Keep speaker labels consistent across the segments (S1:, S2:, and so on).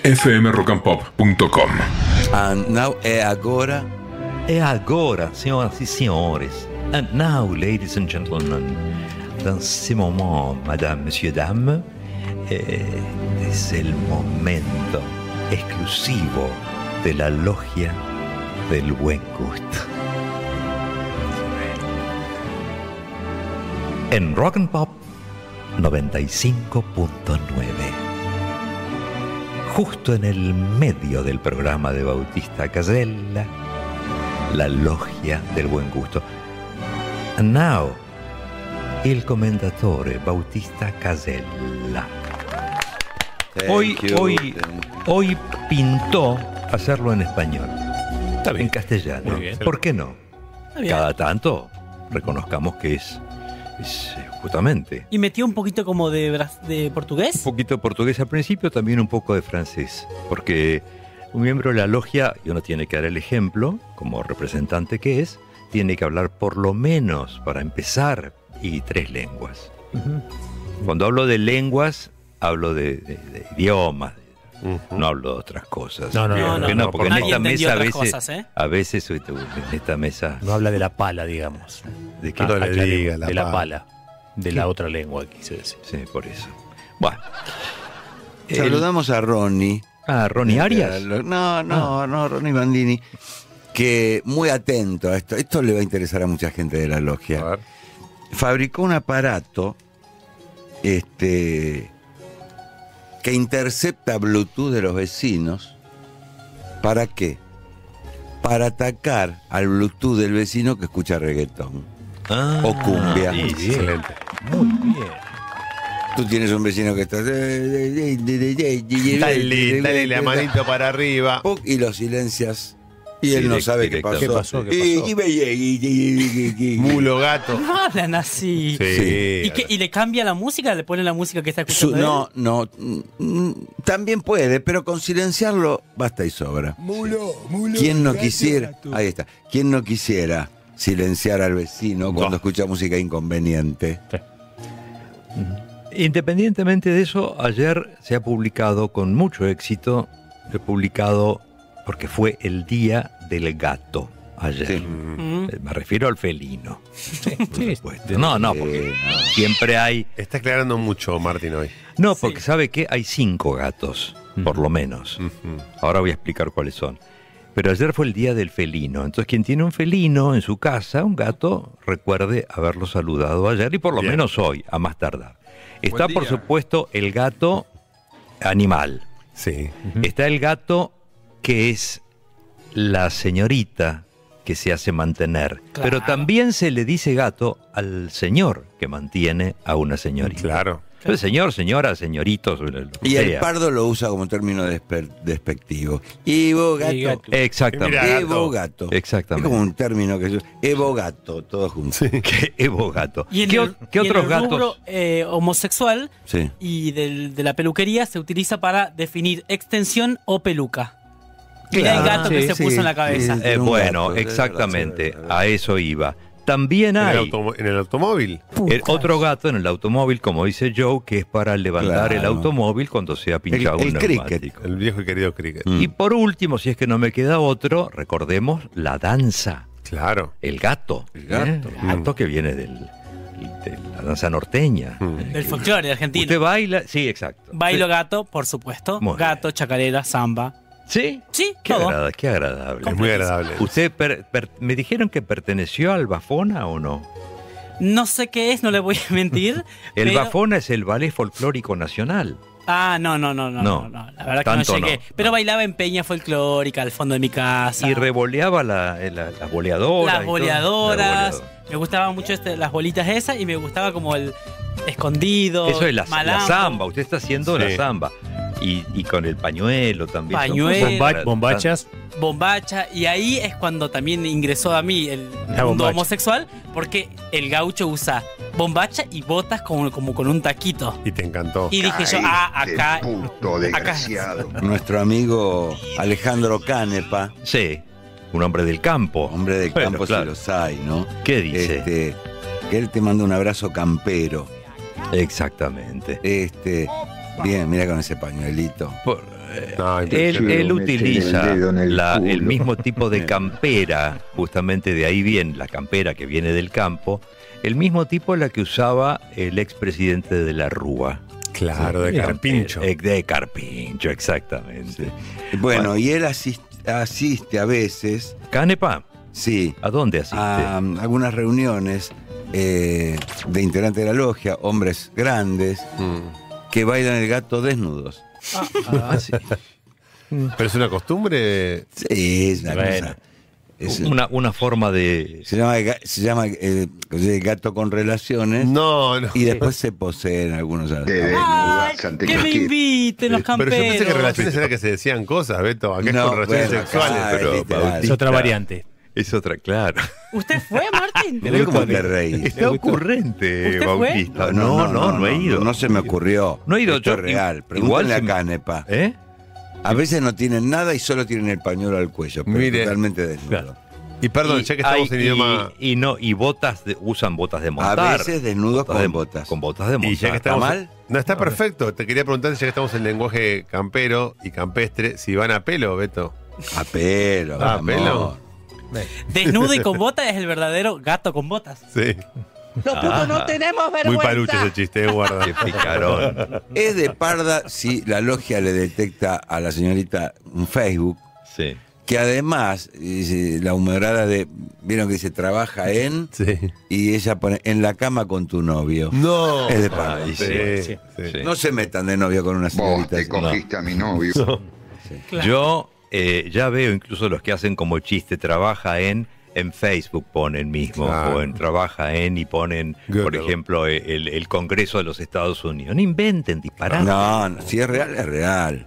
S1: fmrockandpop.com.
S2: And now è agora.
S3: E agora, senhoras e senhores, and now, ladies and gentlemen, dans ce moment, madame, monsieur, dame, es el momento exclusivo de la logia del buen gusto. En Rock and Pop 95.9. Justo en el medio del programa de Bautista Casella, la logia del buen gusto. And now, il commendatore Bautista Casella. Hoy pintó hacerlo en español, en castellano. ¿Por qué no? Cada tanto reconozcamos que es justamente.
S4: ¿Y metió un poquito como de portugués?
S3: Un poquito de portugués al principio, también un poco de francés, porque un miembro de la logia, y uno tiene que dar el ejemplo, como representante que es, tiene que hablar por lo menos, para empezar, y 3 lenguas. Uh-huh. Cuando hablo de lenguas, hablo de idiomas, no hablo de otras cosas.
S4: No,
S3: porque en esta mesa
S4: a veces
S3: en esta mesa...
S5: No habla de la pala, digamos.
S3: ¿De qué?
S5: De la pala. De la otra lengua, quise decir.
S3: Sí, por eso. Bueno.
S2: Saludamos a Ronnie.
S3: ¿Ronnie Arias?
S2: No, Ronnie Bandini, que muy atento a esto. Esto le va a interesar a mucha gente de la logia. Fabricó un aparato que intercepta Bluetooth de los vecinos. ¿Para qué? Para atacar al Bluetooth del vecino que escucha reggaetón o cumbia.
S5: Excelente.
S3: Muy bien.
S2: Tú tienes un vecino que está...
S6: Dale la manito para arriba.
S2: Y lo silencias. Y él no sabe qué pasó.
S6: Mulo gato.
S4: No hablan así.
S6: Sí.
S4: ¿Y le cambia la música? ¿Le pone la música que está escuchando?
S2: No. También puede, pero con silenciarlo basta y sobra.
S7: Mulo.
S2: ¿Quién no quisiera? Ahí está. ¿Quién no quisiera silenciar al vecino cuando escucha música inconveniente?
S3: Sí. Independientemente de eso, ayer se ha publicado con mucho éxito, porque fue el Día del Gato ayer. Sí. Me refiero al felino. Sí, por supuesto. No, porque siempre hay...
S6: Está aclarando mucho, Martín, hoy.
S3: No, porque sabe que hay 5 gatos, por lo menos. Ahora voy a explicar cuáles son. Pero ayer fue el Día del Felino. Entonces, quien tiene un felino en su casa, un gato, recuerde haberlo saludado ayer y por lo menos hoy, a más tardar. Está, por supuesto, el gato animal.
S6: Sí.
S3: Está el gato que es la señorita que se hace mantener. Claro. Pero también se le dice gato al señor que mantiene a una señorita.
S6: Claro.
S3: Entonces, señor, señora, señoritos.
S2: Y el pardo lo usa como término despectivo. Evo gato.
S3: Exactamente.
S2: Evo gato.
S3: Exactamente.
S2: Es como un término que Evo gato, todo junto.
S3: Sí. Evo gato.
S4: ¿Y
S3: ¿Qué otros gatos?
S4: Rubro, homosexual
S2: sí.
S4: Y de la peluquería se utiliza para definir extensión o peluca. Mira el gato que se puso en la cabeza.
S3: Bueno, exactamente. A eso iba. También hay
S6: en el automóvil.
S3: Otro gato en el automóvil, como dice Joe, que es para levantar el automóvil cuando se ha pinchado un neumático.
S6: El viejo y querido cricket.
S3: Y por último, si es que no me queda otro, recordemos la danza.
S6: Claro.
S3: El gato. El gato que viene de la danza norteña.
S4: Del folclore argentino.
S3: ¿Usted baila? Sí, exacto.
S4: Bailo gato, por supuesto.
S3: Muy
S4: gato, chacarera, samba.
S3: ¿Sí?
S4: Sí,
S3: qué
S4: todo.
S3: Qué agradable.
S6: Es muy agradable.
S3: ¿Usted me dijeron que perteneció al Bafona o no?
S4: No sé qué es, no le voy a mentir.
S3: El Bafona es el Ballet Folclórico Nacional.
S4: No. La verdad que no llegué.
S3: No.
S4: Pero bailaba en peña folclórica al fondo de mi casa.
S3: Y revoleaba las boleadoras.
S4: Las boleadoras. Me gustaban mucho las bolitas esas y me gustaba como el escondido.
S3: Eso es la zamba. Usted está haciendo la zamba. Y con el pañuelo también.
S5: Bombachas.
S4: Bombacha. Y ahí es cuando también ingresó a mí el mundo homosexual, porque el gaucho usa bombacha y botas como con un taquito.
S6: Y te encantó.
S4: Y dije yo, acá.
S7: Puto desgraciado.
S2: Nuestro amigo Alejandro Canepa.
S3: Sí, un hombre del campo.
S2: Hombre del campo, claro. Si los hay, ¿no?
S3: ¿Qué dice?
S2: Que él te manda un abrazo campero.
S3: Exactamente.
S2: Bien, mira con ese pañuelito.
S6: No,
S3: Él utiliza
S7: el dedo en el
S3: el
S7: culo.
S3: mismo tipo de campera, justamente de ahí viene la campera que viene del campo, el mismo tipo la que usaba el expresidente de la Rúa.
S6: claro, de Carpincho.
S3: De Carpincho, exactamente.
S2: Bueno, y él asiste a veces,
S3: Canepa,
S2: sí,
S3: ¿a dónde asiste?
S2: a algunas reuniones de integrantes de la logia, hombres grandes, que bailan el gato desnudos.
S3: Sí.
S6: Pero es una costumbre.
S2: Sí, es una
S3: Bueno.
S2: cosa. Es-
S3: Una forma de...
S2: se llama gato con relaciones
S6: No.
S2: y después se poseen algunos.
S7: Te desnudas ante
S4: Que me
S7: cualquier...
S4: inviten los
S6: Pero
S4: camperos.
S6: yo pensé que relaciones era que se decían cosas, Beto. Acá
S2: No,
S6: es con relaciones
S2: bueno,
S6: sexuales.
S2: acá
S6: Pero
S2: es literal.
S5: Es otra variante.
S3: Es otra, claro.
S4: ¿Usted fue, Martín?
S2: Mirá cómo te reís.
S3: Está ocurrente,
S4: ¿Usted fue?
S3: Bautista. No he ido.
S2: No se me ocurrió.
S3: No he ido.
S2: Esto
S3: Yo-
S2: es real.
S3: igual
S2: Pregúntale
S3: se
S2: a
S3: me-
S2: Canepa.
S3: ¿Eh?
S2: A veces no tienen nada y solo tienen el pañuelo al cuello, pero
S6: Mire.
S2: totalmente desnudo.
S5: Claro.
S6: Y perdón, ya que estamos en idioma.
S3: Y botas usan botas de montar.
S2: A veces desnudos con
S3: de-
S2: botas.
S3: Con botas de montar.
S6: Y ya que
S2: ¿Está
S6: estamos.
S2: mal?
S6: No, está perfecto. Te quería preguntar, ya que estamos en lenguaje campero y campestre, si van a pelo, Beto.
S2: A pelo.
S6: Ah,
S2: amor.
S6: pelo.
S4: Desnudo y con botas es el verdadero gato con botas.
S6: Sí.
S1: No tenemos vergüenza.
S6: Muy palucho ese chiste, guarda.
S3: Qué picarón.
S2: Es de parda si la logia le detecta a la señorita un Facebook,
S3: Sí.
S2: que además, dice, la humorada de, vieron que dice, trabaja en,
S6: Sí.
S2: y ella pone, en la cama con tu novio.
S6: No.
S2: Es de parda.
S3: Ay,
S6: Sí,
S5: sí.
S6: sí.
S2: No se metan de novio con una
S7: Vos
S2: señorita
S7: te
S2: así.
S7: cogiste a mi novio.
S4: Claro.
S3: Yo ya veo incluso los que hacen como chiste, trabaja en Facebook ponen mismo,
S6: Claro.
S3: o en trabaja en y ponen, por
S6: Google.
S3: ejemplo, el Congreso de los Estados Unidos. No inventen disparates.
S2: No, si es real, es real.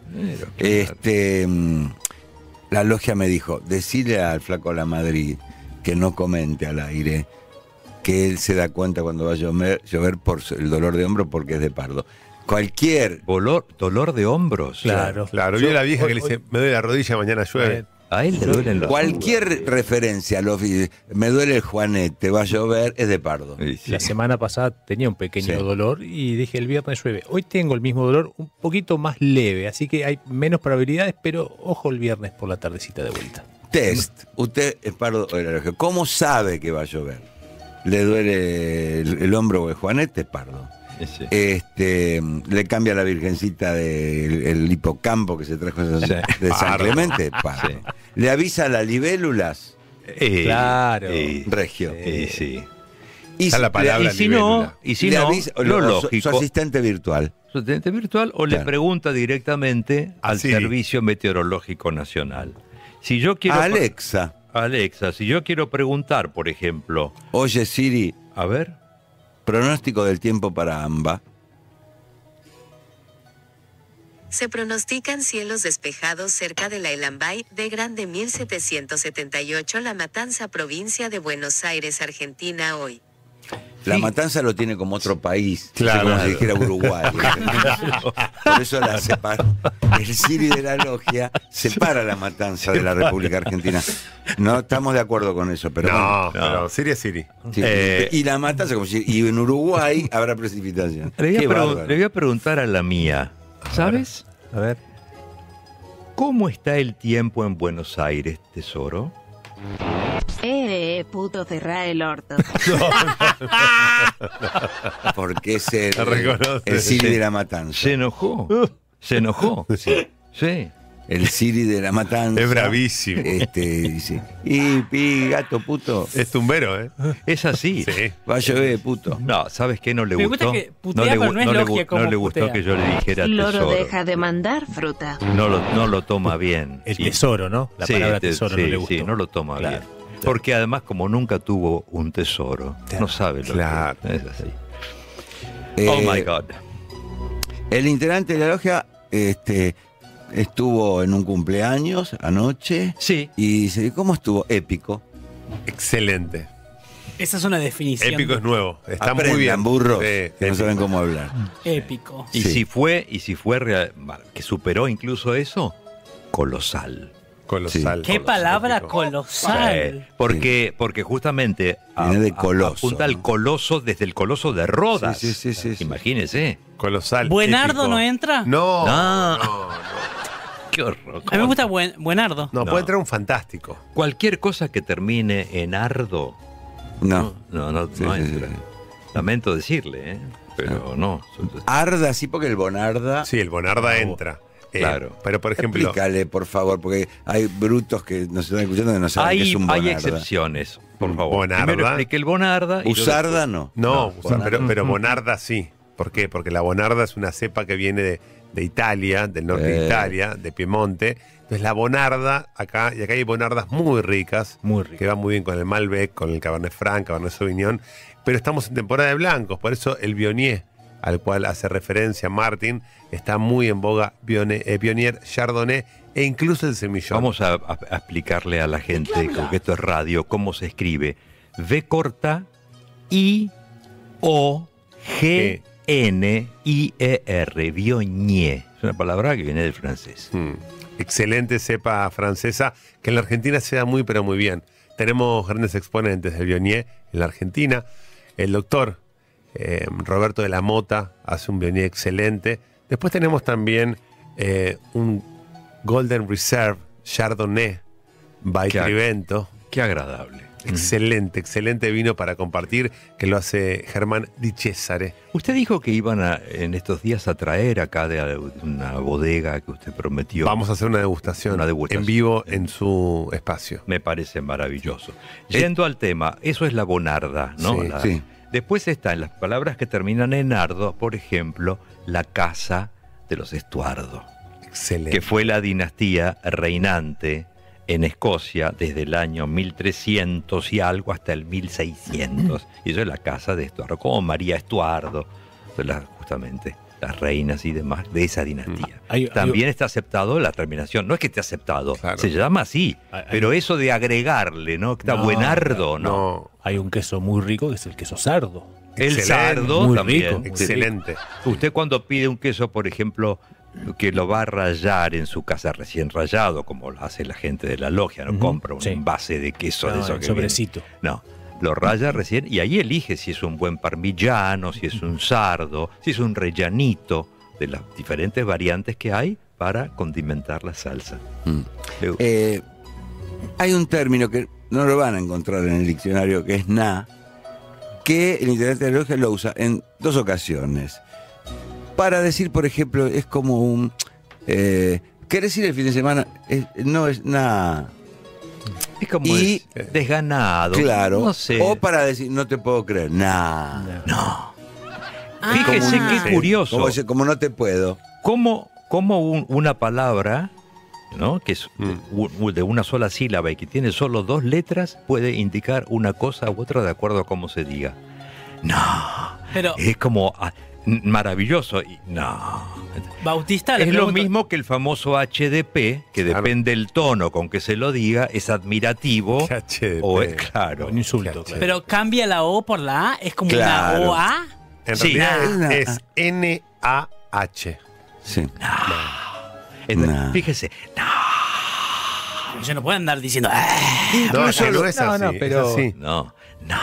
S2: La logia me dijo, decile al flaco La Madrid que no comente al aire, que él se da cuenta cuando va a llover por el dolor de hombro porque es de pardo. Cualquier...
S3: Dolor de hombros.
S5: Claro.
S6: Claro, vi a la vieja que le dice, me duele la rodilla, mañana llueve.
S3: A él le duelen los
S2: Cualquier referencia a los me duele el juanete, va a llover, es de pardo.
S3: Sí, sí.
S5: La semana pasada tenía un pequeño
S2: Sí.
S5: dolor y dije el viernes llueve. Hoy tengo el mismo dolor un poquito más leve, así que hay menos probabilidades, pero ojo el viernes por la tardecita de vuelta.
S2: Test, usted es pardo o de la logia. ¿Cómo sabe que va a llover? ¿Le duele el hombro o el juanete? Es pardo.
S3: Sí.
S2: Le cambia la virgencita del hipocampo que se trajo de San Clemente, pardo.
S3: Sí.
S2: Le avisa a las libélulas,
S5: Claro.
S2: regio.
S3: Sí.
S2: Y
S6: Está la palabra
S3: Y si no,
S6: libélula.
S3: y si
S2: le
S3: no,
S2: avisa-
S3: lo
S2: su
S3: lógico.
S2: asistente virtual.
S3: Su asistente virtual o le
S2: Claro.
S3: pregunta directamente al
S6: Así.
S3: Servicio Meteorológico Nacional. Si yo quiero
S2: Alexa,
S3: Alexa, si yo quiero preguntar, por ejemplo,
S2: oye Siri,
S3: a ver,
S2: pronóstico del tiempo para Amba.
S8: Se pronostican cielos despejados cerca de la Elambay de Grande 1778, La Matanza, provincia de Buenos Aires, Argentina, hoy.
S2: La Matanza lo tiene como otro país,
S6: Claro.
S2: como si dijera Uruguay. Por eso la separa. El Siri de la logia separa la Matanza de la República Argentina. No estamos de acuerdo con eso, pero
S6: No,
S2: bueno.
S6: pero Siri es Siri.
S2: Sí. Y la Matanza, como si, y en Uruguay habrá precipitación.
S3: le
S2: Qué
S3: voy,
S2: bárbaro.
S3: le voy a preguntar a la mía, ¿sabes?
S5: A ver.
S3: ¿Cómo está el tiempo en Buenos Aires, tesoro?
S1: Puto, cerrá el orto.
S2: Porque es
S6: La reconoce.
S2: el Siri de la Matanza.
S3: ¿Se enojó? ¿Se enojó? Sí.
S2: El Siri de la Matanza.
S6: Es bravísimo.
S2: Dice, y gato puto,
S6: Es tumbero, ¿eh?
S3: Es así.
S6: Sí.
S2: va a llover, puto.
S3: No, ¿sabes qué? No le
S4: Me
S3: gustó.
S4: gusta que putea, pero no es logia como
S3: no le gustó
S4: putea.
S3: que yo le dijera
S1: Loro
S3: tesoro.
S1: deja de mandar fruta.
S3: No lo toma bien.
S5: El
S3: Sí.
S5: tesoro, ¿no? La
S3: Sí,
S5: palabra tesoro
S3: sí,
S5: no le gustó.
S3: sí, no lo toma
S5: Claro.
S3: bien. Porque además, como nunca tuvo un tesoro, no sabe lo
S6: Claro.
S3: que es así.
S2: Eh,
S3: Oh my God.
S2: El integrante de la logia estuvo en un cumpleaños anoche
S3: Sí.
S2: y dice, ¿cómo estuvo? Épico.
S6: Excelente.
S4: Esa es una definición.
S6: Épico es nuevo. Está
S2: Aprendan,
S6: muy bien.
S2: burros,
S6: Sí,
S2: que no
S6: épico.
S2: saben cómo hablar.
S4: Épico.
S3: Y
S2: Sí.
S3: si fue que superó incluso eso, colosal.
S6: Colosal.
S4: Qué palabra
S6: Épico.
S4: colosal.
S3: Porque justamente
S2: Viene de coloso,
S3: apunta al
S2: ¿no?
S3: coloso desde el coloso de Rodas.
S2: Sí.
S3: Imagínese.
S6: Colosal.
S4: ¿Buenardo
S6: épico.
S4: no entra?
S6: No,
S3: No.
S6: no.
S3: Qué horror.
S4: A mí me gusta Buenardo.
S6: No,
S3: No.
S6: puede traer un fantástico.
S3: Cualquier cosa que termine en ardo,
S2: No.
S3: no
S2: Sí,
S3: entra.
S2: sí.
S3: Lamento decirle, pero no.
S2: Arda, sí, porque el bonarda.
S6: Sí, el Bonarda entra.
S3: Claro.
S6: Pero, por ejemplo,
S2: Explícale, por favor, porque hay brutos que nos están escuchando que no saben qué es un
S3: Hay
S2: bonarda.
S3: excepciones, por favor.
S6: Bonarda.
S3: Primero explique el bonarda. y
S2: Usarda
S3: luego-
S2: no.
S6: no,
S2: Bonarda.
S6: pero Bonarda sí. ¿Por qué? Porque la Bonarda es una cepa que viene de Italia, del norte de Italia, de Piemonte. Entonces la Bonarda, acá hay Bonardas muy ricas,
S5: Muy rico.
S6: que van muy bien con el Malbec, con el Cabernet Franc, Cabernet Sauvignon, pero estamos en temporada de blancos, por eso el Viognier, al cual hace referencia Martin, está muy en boga, Viognier, Chardonnay e incluso el Semillón.
S3: Vamos a explicarle a la gente, porque esto es radio, cómo se escribe. V corta, I, O, G, N, I, E, R, Viognier. Es una palabra que viene del francés.
S6: Excelente cepa francesa que en la Argentina se da muy pero muy bien. Tenemos grandes exponentes del Viognier en la Argentina. El doctor Roberto de la Mota hace un Viognier excelente. Después tenemos también un Golden Reserve Chardonnay by
S3: Qué
S6: Trivento.
S3: Qué agradable.
S6: Excelente vino para compartir, que lo hace Germán Di Cesare.
S3: Usted dijo que iban en estos días a traer acá de una bodega que usted prometió.
S6: Vamos a hacer una degustación, en vivo en su espacio.
S3: Me parece maravilloso. Yendo al tema, eso es la bonarda, ¿no?
S6: Sí,
S2: sí.
S3: Después están las palabras que terminan en ardo, por ejemplo, la casa de los Estuardo,
S6: Excelente.
S3: que fue la dinastía reinante en Escocia desde el año 1300 y algo hasta el 1600. Y eso es la casa de Estuardo, como María Estuardo, justamente las reinas y demás de esa dinastía. También está aceptado la terminación, no es que esté aceptado,
S6: Claro.
S3: se llama así, pero eso de agregarle, ¿no? Que está
S5: No,
S3: buenardo, ¿no?
S6: No,
S5: Hay un queso muy rico que es el queso sardo.
S3: El
S6: Excelente.
S3: sardo
S5: Muy
S3: también.
S5: rico.
S6: excelente.
S3: Usted cuando pide un queso, por ejemplo, que lo va a rallar en su casa recién rallado, como lo hace la gente de la logia, no
S5: Ujú,
S3: compra un
S5: sí.
S3: envase de queso de
S5: No,
S3: eso
S5: el
S3: que
S5: sobrecito.
S3: viene. No, lo raya recién y ahí elige si es un buen parmigiano, si es un sardo, si es un rellanito, de las diferentes variantes que hay para condimentar la salsa.
S2: Hay un término que no lo van a encontrar en el diccionario, que es na, que el intendente de la logia lo usa en dos ocasiones. Para decir, por ejemplo, es como un... ¿querés ir el fin de semana? No es na.
S3: Es como
S2: Y-
S3: desganado.
S2: Claro.
S3: No sé.
S2: O para decir, no te puedo creer. Na.
S3: No.
S4: Ah.
S3: Fíjese qué
S6: Sí.
S3: curioso.
S2: Como no te puedo.
S3: ¿Cómo una palabra, ¿no? Que es de una sola sílaba y que tiene solo dos letras puede indicar una cosa u otra de acuerdo a cómo se diga? No.
S4: Pero,
S3: Es como maravilloso. Y no.
S4: Bautista, le
S3: Es lo
S4: pregunto-
S3: mismo que el famoso HDP, que
S6: Claro.
S3: depende del tono con que se lo diga, es admirativo
S6: Qué HDP.
S3: o es claro.
S5: Un insulto.
S6: Qué
S5: claro.
S4: Pero cambia la O por la A, es como
S2: Claro.
S4: una OA.
S6: En
S3: Sí.
S6: realidad es N-A-H.
S2: Sí.
S3: Entonces, fíjese,
S4: Yo no puedo andar diciendo. "Ah".
S6: No,
S2: Incluso
S6: no es
S5: no,
S6: así.
S5: no, pero-
S6: es así.
S3: no.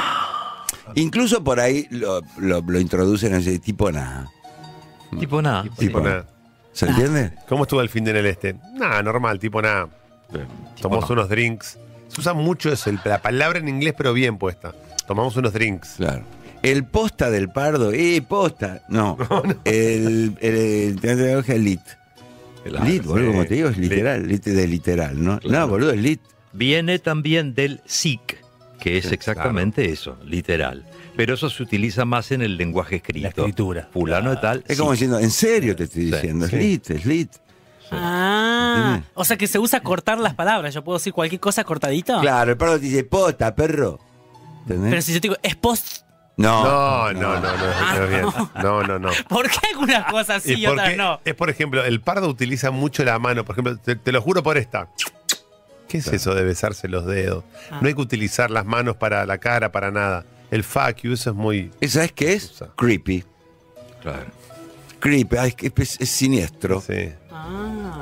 S2: Incluso por ahí lo introducen así, tipo nada.
S3: Tipo nada.
S6: Tipo
S3: Sí.
S6: nada.
S2: ¿Se entiende?
S6: ¿Cómo estuvo el fin de en el este? Nada, normal, tipo nada. Tomamos
S3: no.
S6: unos drinks. Se usa mucho eso, la palabra en inglés, pero bien puesta. Tomamos unos drinks.
S2: Claro. El posta del pardo, posta. No. El intendente de la logia es lit. Lit, boludo, como te digo, es literal. Lit de literal, ¿no?
S3: Claro.
S2: No, boludo, es lit.
S3: Viene también del SIC, que es exactamente eso, literal. Pero eso se utiliza más en el lenguaje escrito.
S5: La escritura.
S3: Fulano de tal.
S2: Es como
S3: SIC.
S2: diciendo, en serio te estoy
S3: Sí,
S2: diciendo,
S6: sí.
S2: es lit.
S4: Ah,
S2: ¿Entiendes?
S4: o sea que se usa cortar las palabras. Yo puedo decir cualquier cosa cortadito.
S2: Claro, el pardo te dice, posta, perro. ¿Entendés?
S4: Pero si yo te digo, es post.
S6: No, es bien. No.
S4: ¿Por qué algunas cosas sí y
S6: porque
S4: otras no?
S6: es, por ejemplo, el pardo utiliza mucho la mano. Por ejemplo, te lo juro por esta. ¿Qué es eso de besarse los dedos? No hay que utilizar las manos para la cara, para nada. El fuck you, eso es muy...
S2: ¿Sabes qué es?
S6: Usa.
S2: Creepy.
S3: Claro.
S2: Creepy, es siniestro.
S6: Sí.
S4: Ah.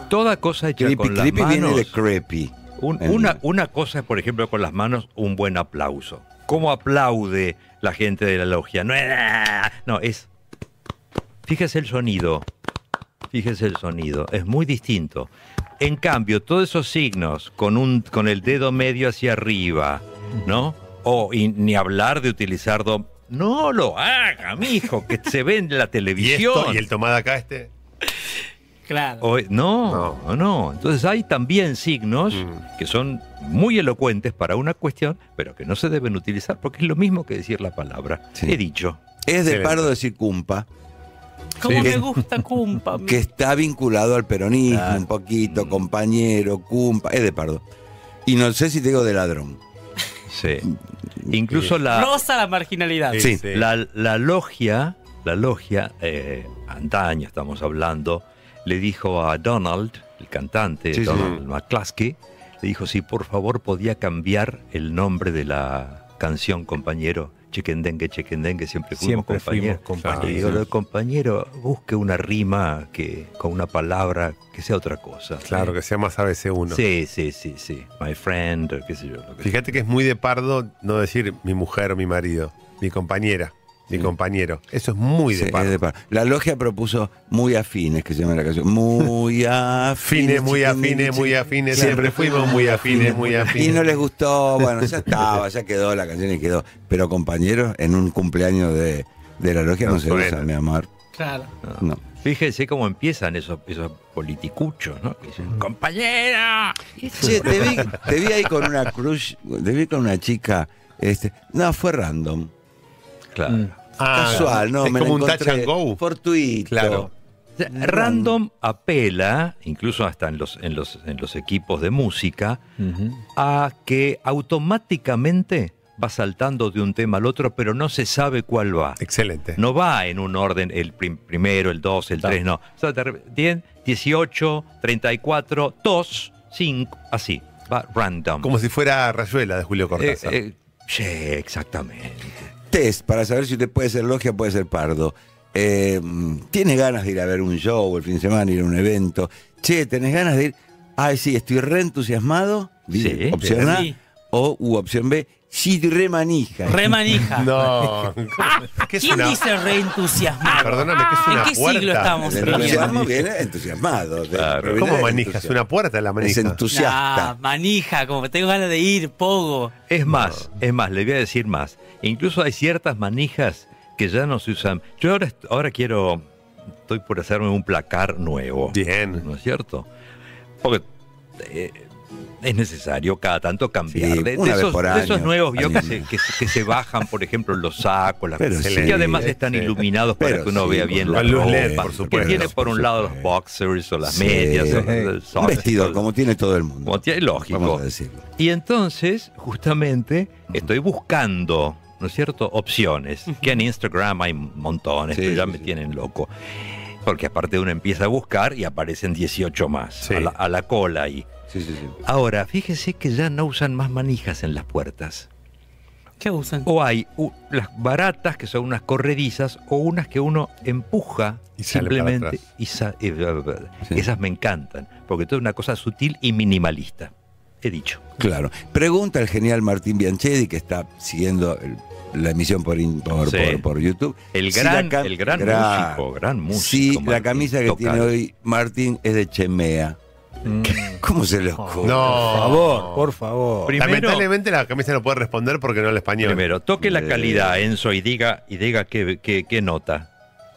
S3: Toda cosa hecha con las
S2: Creepy viene
S3: manos.
S2: de creepy.
S3: Una cosa es, por ejemplo, con las manos, un buen aplauso. ¿Cómo aplaude la gente de la logia? No, es... Fíjese el sonido. Fíjese el sonido. Es muy distinto. En cambio, todos esos signos con el dedo medio hacia arriba, ¿no? Y ni hablar de utilizar... No lo haga, mijo, que se ve en la televisión.
S6: ¿Y el tomada acá
S4: Claro.
S3: No. Entonces hay también signos que son muy elocuentes para una cuestión, pero que no se deben utilizar porque es lo mismo que decir la palabra.
S2: Sí.
S3: He dicho.
S2: Es de pardo decir cumpa,
S4: ¿Cómo me gusta Cumpa?
S2: que está vinculado al peronismo un poquito, compañero, cumpa, es de pardo. Y no sé si te digo de ladrón.
S3: Sí. Incluso
S4: Rosa la marginalidad.
S2: Sí.
S3: la logia, antaño estamos hablando, le dijo a Donald, el cantante, Donald McCluskey, le dijo si por favor podía cambiar el nombre de la canción, compañero. Chequendengue, siempre fuimos compañeros. Y digo, lo de compañero, busque una rima con una palabra que sea otra cosa.
S6: Claro, que sea más ABC1.
S3: Sí. My friend, qué sé yo.
S6: Fíjate que es muy de pardo no decir mi mujer o mi marido, mi compañera, mi compañero. Eso es muy de pardo.
S2: Es de pardo. La logia propuso Muy Afines, que se llama la canción. Muy afines.
S6: Muy afines. Siempre fuimos muy afines.
S2: Y no les gustó, bueno, ya quedó la canción y quedó. Pero compañeros, en un cumpleaños de la logia no se usa, mi amor.
S4: Claro.
S2: No.
S3: Fíjense cómo empiezan esos politicuchos, ¿no? Que dicen, compañera.
S2: Che, te vi ahí con una crush, te vi con una chica, no, fue random.
S3: Claro.
S2: Casual, ¿no?
S6: Es
S2: Me
S6: como un
S2: la encontré
S6: touch and go.
S2: Fortuito.
S6: Claro.
S3: Random apela, incluso hasta en los equipos de música, a que automáticamente va saltando de un tema al otro, pero no se sabe cuál va.
S6: Excelente.
S3: No va en un orden, el primero, el 2, el 3, no. O sea, 10, 18, 34, 2, 5, así. Va random.
S6: Como si fuera Rayuela de Julio Cortázar.
S3: Sí, exactamente.
S2: Test para saber si usted puede ser logia, puede ser pardo. ¿Tiene ganas de ir a ver un show el fin de semana, ir a un evento? Che, ¿tenés ganas de ir? Ay, sí, estoy re entusiasmado.
S3: Sí,
S2: Opción A.
S4: sí.
S2: U opción B, sí, re manija.
S4: Re manija.
S6: No. ¿Qué es
S4: ¿Quién
S6: una-
S4: dice re entusiasmado?
S6: Perdóname, ¿qué es una
S4: ¿En qué
S6: puerta?
S4: siglo estamos
S2: El
S4: viviendo?
S2: entusiasmo viene entusiasmado.
S3: Claro.
S2: proviene
S6: ¿Cómo
S2: de
S6: manija?
S2: entusiasmo.
S6: Es una puerta la manija.
S2: Es entusiasta.
S4: Manija, como tengo ganas de ir, pogo.
S3: Es más, le voy a decir más. Incluso hay ciertas manijas que ya no se usan. Yo ahora estoy por hacerme un placar nuevo.
S6: Bien.
S3: ¿No es cierto? Porque es necesario cada tanto cambiar.
S2: Sí,
S3: de
S2: una vez
S3: esos,
S2: por
S3: de esos
S2: año.
S3: nuevos vio que
S2: Año.
S3: que se bajan, por ejemplo, los sacos, las
S2: Pero
S3: que
S2: sí,
S3: además están
S6: sí.
S3: iluminados para
S2: Pero
S3: que uno
S2: sí,
S3: vea
S2: con
S3: bien
S2: luz
S3: la
S6: LED,
S3: ropa.
S6: por
S3: Que
S6: supuesto.
S3: tiene por un lado los
S2: supuesto.
S3: boxers o las
S2: Sí.
S3: medias. O el
S2: Un
S3: socks,
S2: vestido,
S3: todo.
S2: como tiene todo el mundo.
S3: Como tiene, lógico.
S2: Vamos a decirlo.
S3: Y entonces, justamente, estoy buscando, ¿no es cierto?, opciones. Que en Instagram hay montones,
S2: Sí,
S3: pero ya
S2: sí,
S3: me
S2: sí.
S3: tienen loco. Porque aparte uno empieza a buscar y aparecen 18 más
S6: Sí.
S3: a la cola ahí.
S2: Sí.
S3: Ahora, fíjese que ya no usan más manijas en las puertas.
S4: ¿Qué usan?
S3: O hay las baratas, que son unas corredizas, o unas que uno empuja
S6: Y sale para
S3: simplemente.
S6: atrás.
S3: Esas me encantan, porque todo es una cosa sutil y minimalista. He dicho.
S2: Claro. Pregunta el genial Martín Bianchedi, que está siguiendo la emisión por
S3: Sí.
S2: YouTube.
S3: El
S2: Si
S3: gran,
S2: la cam-
S3: el gran músico.
S2: Si la
S3: Martín,
S2: camisa que
S3: total.
S2: tiene hoy Martín es de Chemea. ¿Cómo se le ocurre?
S6: No.
S5: Por favor.
S3: Primero,
S6: Lamentablemente la camisa no puede responder porque no habla español.
S3: primero, toque la calidad, Enzo, y diga qué nota.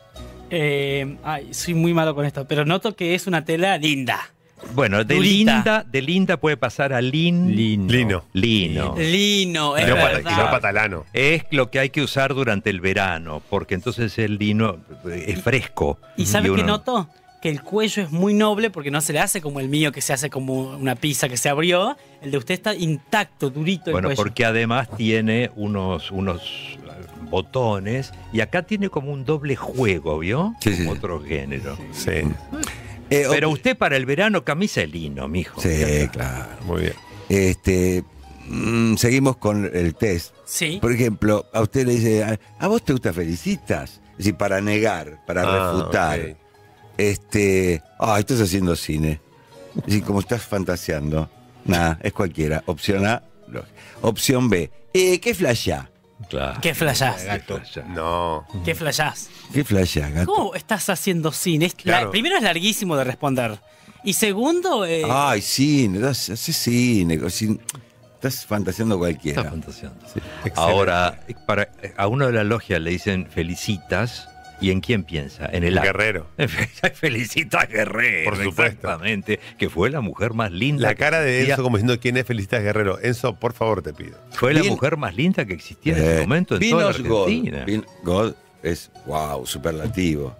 S4: Soy muy malo con esto, pero noto que es una tela linda.
S3: Bueno,
S4: Durita.
S3: de linda puede pasar a lino.
S6: Lino.
S3: Lino.
S4: Lino,
S6: Y
S4: es
S6: no
S4: verdad.
S6: patalano.
S3: Es lo que hay que usar durante el verano, porque entonces el lino es fresco.
S4: ¿Y sabes qué
S3: uno-
S4: noto? Que el cuello es muy noble porque no se le hace como el mío, que se hace como una pizza que se abrió. El de usted está intacto, durito el
S3: Bueno,
S4: cuello.
S3: porque además tiene unos botones y acá tiene como un doble juego, ¿vio?
S2: Sí, sí,
S3: Como
S2: sí.
S3: otro género.
S6: Sí.
S3: Pero usted para el verano camisa de lino, mijo.
S2: Sí, claro.
S6: Muy bien.
S2: Seguimos con el test.
S4: Sí.
S2: Por ejemplo, a usted le dice, ¿a vos te gusta Felicitas? Es decir, para negar, para refutar.
S6: Ok.
S2: Estás haciendo cine. Y como estás fantaseando, nada, es cualquiera. Opción A, lógico. Opción B, ¿qué flashá?
S3: Claro.
S4: ¿Qué flashás?
S6: No.
S4: ¿Qué flashás?
S2: ¿Qué flashá, gato?
S4: ¿Cómo estás haciendo cine?
S6: Claro.
S4: Primero es larguísimo de responder. Y segundo,
S2: Ay, cine, haces cine, estás fantaseando cualquiera.
S3: Está fantaseando.
S6: Excelente.
S3: Ahora, a uno de la logia le dicen felicitas. ¿Y en quién piensa? En el acto.
S6: Guerrero.
S3: Felicitas Guerrero.
S6: Por supuesto.
S3: Exactamente. Que fue la mujer más linda.
S6: La cara de
S3: existía.
S6: Enzo como diciendo quién es Felicitas Guerrero. Enzo, por favor, te pido.
S3: Fue la
S2: Vin-
S3: mujer más linda que existía en ese momento en toda la
S2: Vinos God.
S3: Argentina.
S2: God es, wow, superlativo.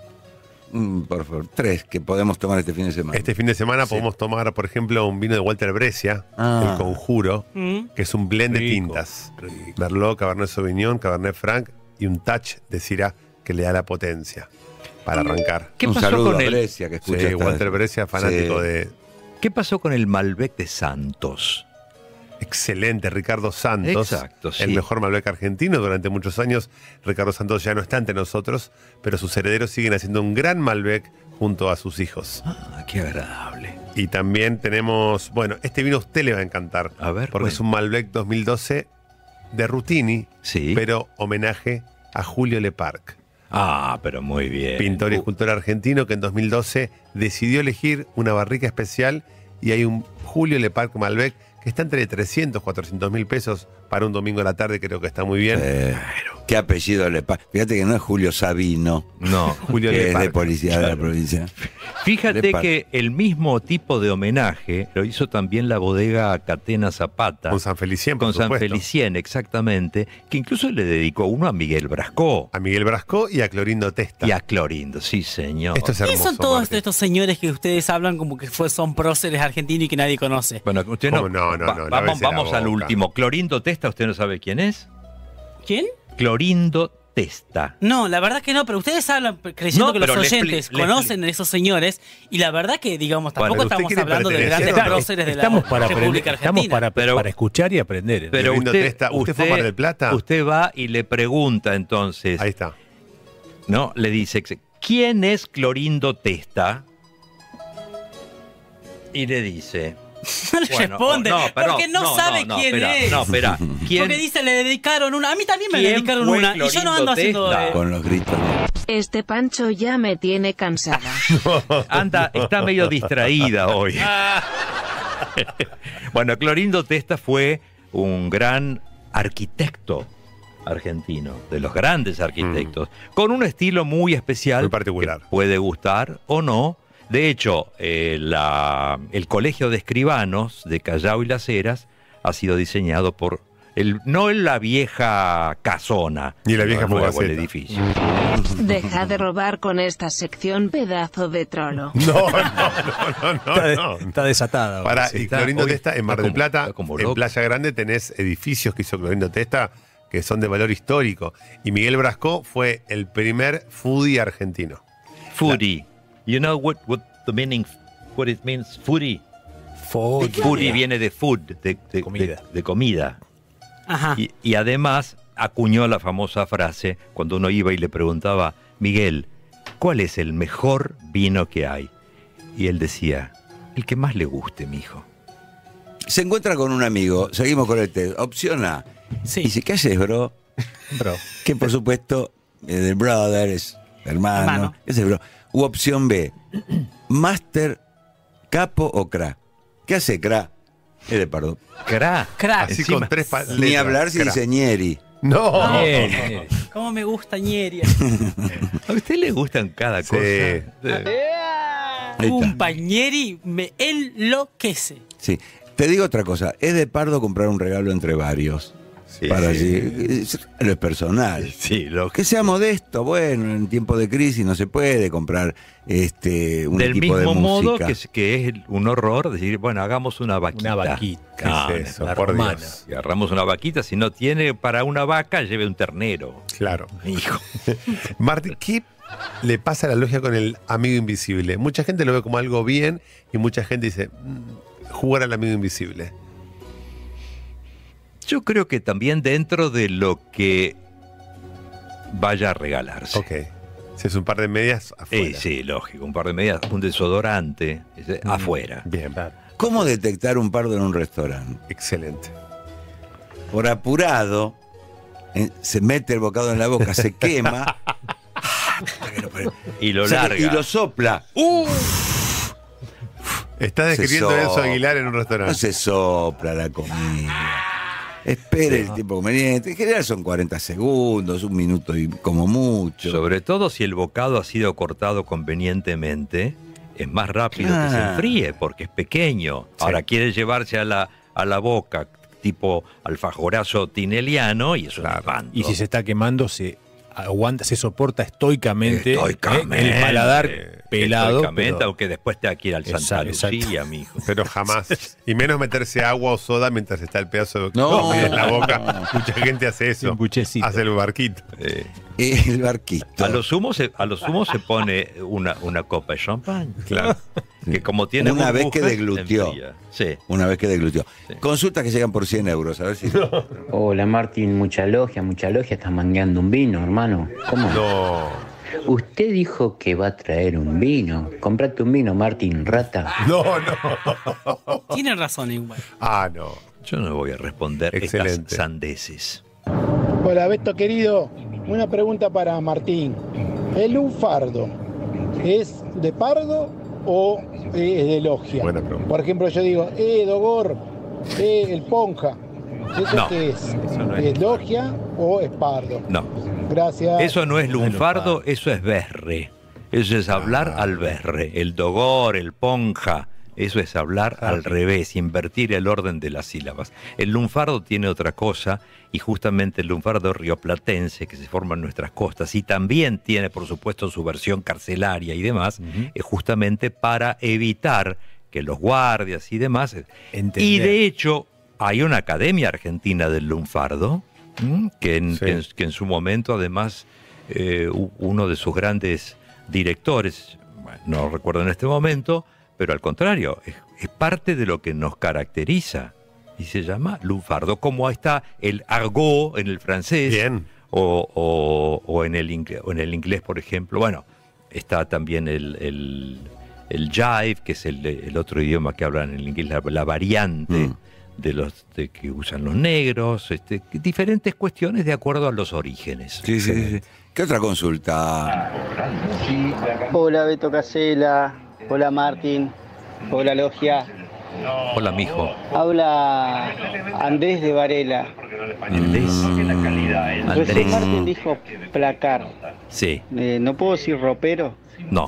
S2: Por favor, 3 que podemos tomar este fin de semana.
S6: Este fin de semana
S2: Sí.
S6: podemos tomar, por ejemplo, un vino de Walter Brescia,
S2: Ah.
S6: El Conjuro,
S4: ¿Mm?
S6: que es un blend de
S5: Rico,
S6: tintas.
S5: rico.
S6: Merlot, Cabernet Sauvignon, Cabernet Franc y un touch de Syrah que le da la potencia para arrancar.
S3: ¿Qué
S2: Un
S3: pasó
S2: saludo
S3: con
S2: a
S3: el
S2: Brescia, que escucha
S6: Sí,
S2: esta-
S6: Walter Brescia, fanático
S2: Sí.
S6: de...
S3: ¿Qué pasó con el Malbec de Santos?
S6: Excelente, Ricardo Santos.
S3: Exacto, sí.
S6: El mejor Malbec argentino. Durante muchos años, Ricardo Santos ya no está entre nosotros, pero sus herederos siguen haciendo un gran Malbec junto a sus hijos.
S3: Ah, qué agradable.
S6: Y también tenemos, bueno, este vino a usted le va a encantar.
S3: A ver,
S6: porque
S3: bueno.
S6: es un Malbec 2012 de Rutini,
S3: Sí.
S6: pero homenaje a Julio Leparc,
S3: Ah, pero muy bien.
S6: pintor y escultor argentino que en 2012 decidió elegir una barrica especial y hay un Julio Leparc Malbec que está entre 300, 400 mil pesos para un domingo a la tarde, creo que está muy bien.
S2: ¿Qué apellido le pasa? Fíjate que no es Julio Sabino,
S3: No,
S6: Julio
S2: que es
S6: Leparc.
S2: de policía de la
S3: Claro.
S2: provincia.
S3: Fíjate
S2: Leparc.
S3: que el mismo tipo de homenaje lo hizo también la bodega Catena Zapata.
S6: Con San Felicien, por
S3: Con San
S6: supuesto.
S3: Felicien, exactamente, que incluso le dedicó uno a Miguel Brascó
S6: A Miguel Brasco y a Clorindo Testa.
S3: y a Clorindo, sí señor.
S6: Esto es
S4: ¿Quiénes
S6: hermoso.
S4: son todos
S6: Martín.
S4: estos señores que ustedes hablan como que son próceres argentinos y que nadie conoce?
S3: Bueno, usted
S6: ¿Cómo no? No,
S3: vamos
S6: lávese la
S3: vamos al
S6: boca.
S3: último. Clorindo Testa, ¿usted no sabe quién es?
S4: ¿Quién?
S3: Clorindo Testa.
S4: No, la verdad que no, pero ustedes hablan creyendo
S3: No,
S4: que los
S3: pero le
S4: oyentes
S3: expli- le
S4: conocen a esos señores y la verdad que, digamos, tampoco
S6: Bueno, usted
S4: estamos
S6: quiere
S4: hablando de
S6: pertenecer
S4: grandes
S6: a-
S4: próceres de la
S5: Estamos para aprender,
S4: República
S5: estamos
S4: Argentina.
S3: Pero-
S5: para escuchar y aprender.
S3: Pero
S6: Clorindo Testa, ¿usted fue a Mar del Plata?
S3: Usted va y le pregunta entonces,
S6: Ahí está.
S3: ¿no? Le dice, ¿quién es Clorindo Testa? Y le dice...
S4: No le
S3: bueno,
S4: responde,
S3: perdón,
S4: porque no sabe quién
S3: espera,
S4: es.
S3: No, espera. ¿Quién,
S4: Porque dice, le dedicaron una. A mí también me
S3: ¿Quién
S4: dedicaron
S3: fue
S4: una. Y yo no
S3: Clorindo
S4: ando haciendo.
S3: Testa?
S2: Con los gritos.
S1: Este Pancho ya me tiene cansada.
S3: anda, está medio distraída hoy. Bueno, Clorindo Testa fue un gran arquitecto argentino, de los grandes arquitectos, con un estilo muy especial,
S6: Muy particular.
S3: que puede gustar o no. De hecho, el Colegio de Escribanos de Callao y Las Heras ha sido diseñado por no la vieja casona,
S6: Ni la vieja
S3: el nuevo
S6: Fugaceta.
S3: edificio.
S1: Deja de robar con esta sección, pedazo de trolo.
S6: No.
S5: Está desatada. ahora.
S6: Para,
S5: Sí.
S6: y Clorindo
S3: hoy
S6: Testa, en
S3: está
S6: Mar del
S3: como-
S6: Plata,
S3: está como
S6: en
S3: loco.
S6: Playa Grande, tenés edificios que hizo Clorindo Testa que son de valor histórico. Y Miguel Brasco fue el primer foodie argentino.
S3: Foodie. You know what the meaning, what it means, foodie? Foodie viene de food, de
S5: Comida.
S3: de comida.
S4: Ajá.
S3: Y además acuñó la famosa frase cuando uno iba y le preguntaba, Miguel, ¿cuál es el mejor vino que hay? Y él decía, el que más le guste, mijo.
S2: Se encuentra con un amigo, seguimos con el test. Opción A.
S4: Sí.
S2: Dice, ¿qué haces, bro?
S5: Bro.
S2: Que por supuesto, de brother es hermano.
S4: Hermano.
S2: Ese es bro. U opción B. Master, capo o cra. ¿Qué hace cra? Es de Pardo.
S3: Crack.
S4: Crack.
S6: Así
S3: Encima-
S6: con tres letras.
S2: Ni hablar si
S6: Crack.
S2: dice ñeri.
S6: No.
S5: Bien, bien.
S4: ¿Cómo me gusta Ñeria?
S3: ¿A usted le gustan cada
S6: Sí.
S3: cosa?
S2: Ahí está.
S4: Un pañeri me enloquece.
S2: Sí. Te digo otra cosa. Es de Pardo comprar un regalo entre varios.
S6: Sí,
S2: para
S6: sí.
S2: así. Lo es personal.
S3: Sí, lo
S2: Que sea modesto, bueno, en tiempo de crisis no se puede comprar un
S3: Del
S2: equipo de
S3: mismo modo
S2: música.
S3: que es un horror decir, bueno, hagamos una vaquita.
S5: Una vaquita.
S3: Ah,
S6: ¿Qué es eso?
S5: la
S6: Por
S5: romana.
S6: Dios.
S3: y agarramos una vaquita, si no tiene para una vaca, lleve un ternero.
S6: Claro.
S3: Hijo.
S6: Martín, ¿qué le pasa a la logia con el amigo invisible? Mucha gente lo ve como algo bien y mucha gente dice, jugar al amigo invisible.
S3: Yo creo que también dentro de lo que vaya a regalarse.
S6: Ok. Si es un par de medias, afuera.
S3: Sí, lógico, un par de medias, un desodorante, afuera.
S6: Bien.
S2: ¿Cómo detectar un pardo en un restaurante?
S6: Excelente.
S2: Por apurado, se mete el bocado en la boca, se quema
S3: Y lo larga.
S2: y lo sopla.
S6: Está describiendo
S2: Se
S6: Enzo
S2: sopla.
S6: Aguilar en un
S2: No
S6: restaurante.
S2: se sopla la comida. Espere el tiempo conveniente. En general son 40 segundos, un minuto y como mucho.
S3: Sobre todo si el bocado ha sido cortado convenientemente, es más rápido que se enfríe porque es pequeño. Ahora quiere llevarse a la boca tipo alfajorazo tineliano y eso es un espanto.
S5: Y si se está quemando, se aguanta, se soporta estoicamente, el paladar pelado.
S3: Estoicamente,
S5: pero-
S3: aunque después te va que ir al Santa
S5: Exacto.
S3: Lucía, mijo.
S6: Pero jamás. Y menos meterse agua o soda mientras está el pedazo de
S2: No.
S6: comida en la boca. Mucha gente hace eso.
S5: Un buchecito.
S6: Hace el barquito.
S2: El barquito.
S3: A lo sumo se pone una copa de champán.
S6: Claro.
S3: Que como tiene
S2: Una vez que
S3: burbujas,
S2: deglutió.
S3: enfría. Sí.
S2: Una vez que deglutió. Consultas que llegan por 100 euros. A ver si.
S9: Hola Martín, mucha logia, estás mangueando un vino, hermano. ¿Cómo?
S6: No.
S9: Usted dijo que va a traer un vino. Comprate un vino, Martín, rata.
S6: No.
S4: Tiene razón igual.
S6: Ah, no.
S3: Yo no voy a responder
S6: Excelente.
S3: estas sandeces.
S10: Hola, Beto querido. Una pregunta para Martín. ¿El lunfardo es de pardo o es de logia?
S6: Buena pregunta.
S10: Por ejemplo, yo digo, Dogor, el ponja. ¿Eso
S3: No,
S10: qué es? ¿Es logia o es pardo?
S3: No.
S10: Gracias.
S3: Eso no es lunfardo, eso es berre. Eso es hablar al berre. El dogor, el ponja, eso es hablar al revés, invertir el orden de las sílabas. El lunfardo tiene otra cosa, y justamente el lunfardo rioplatense, que se forma en nuestras costas, y también tiene, por supuesto, su versión carcelaria y demás, es justamente para evitar que los guardias y demás...
S5: Entender.
S3: Y de hecho, hay una academia argentina del lunfardo, que en su momento, además, uno de sus grandes directores, bueno, no recuerdo en este momento, pero al contrario, es parte de lo que nos caracteriza. Y se llama lunfardo, como está el argot en el francés.
S6: Bien.
S3: O en el inglés, por ejemplo. Bueno, está también el jive, que es el otro idioma que hablan en el inglés, la variante de que usan los negros, diferentes cuestiones de acuerdo a los orígenes.
S2: Sí. ¿Qué otra consulta?
S11: Hola Beto Casella, hola Martín, hola Logia.
S3: Hola, mijo.
S11: Habla Andrés de Varela. Recién Martín dijo placar.
S3: Sí.
S11: ¿No puedo decir ropero?
S3: No,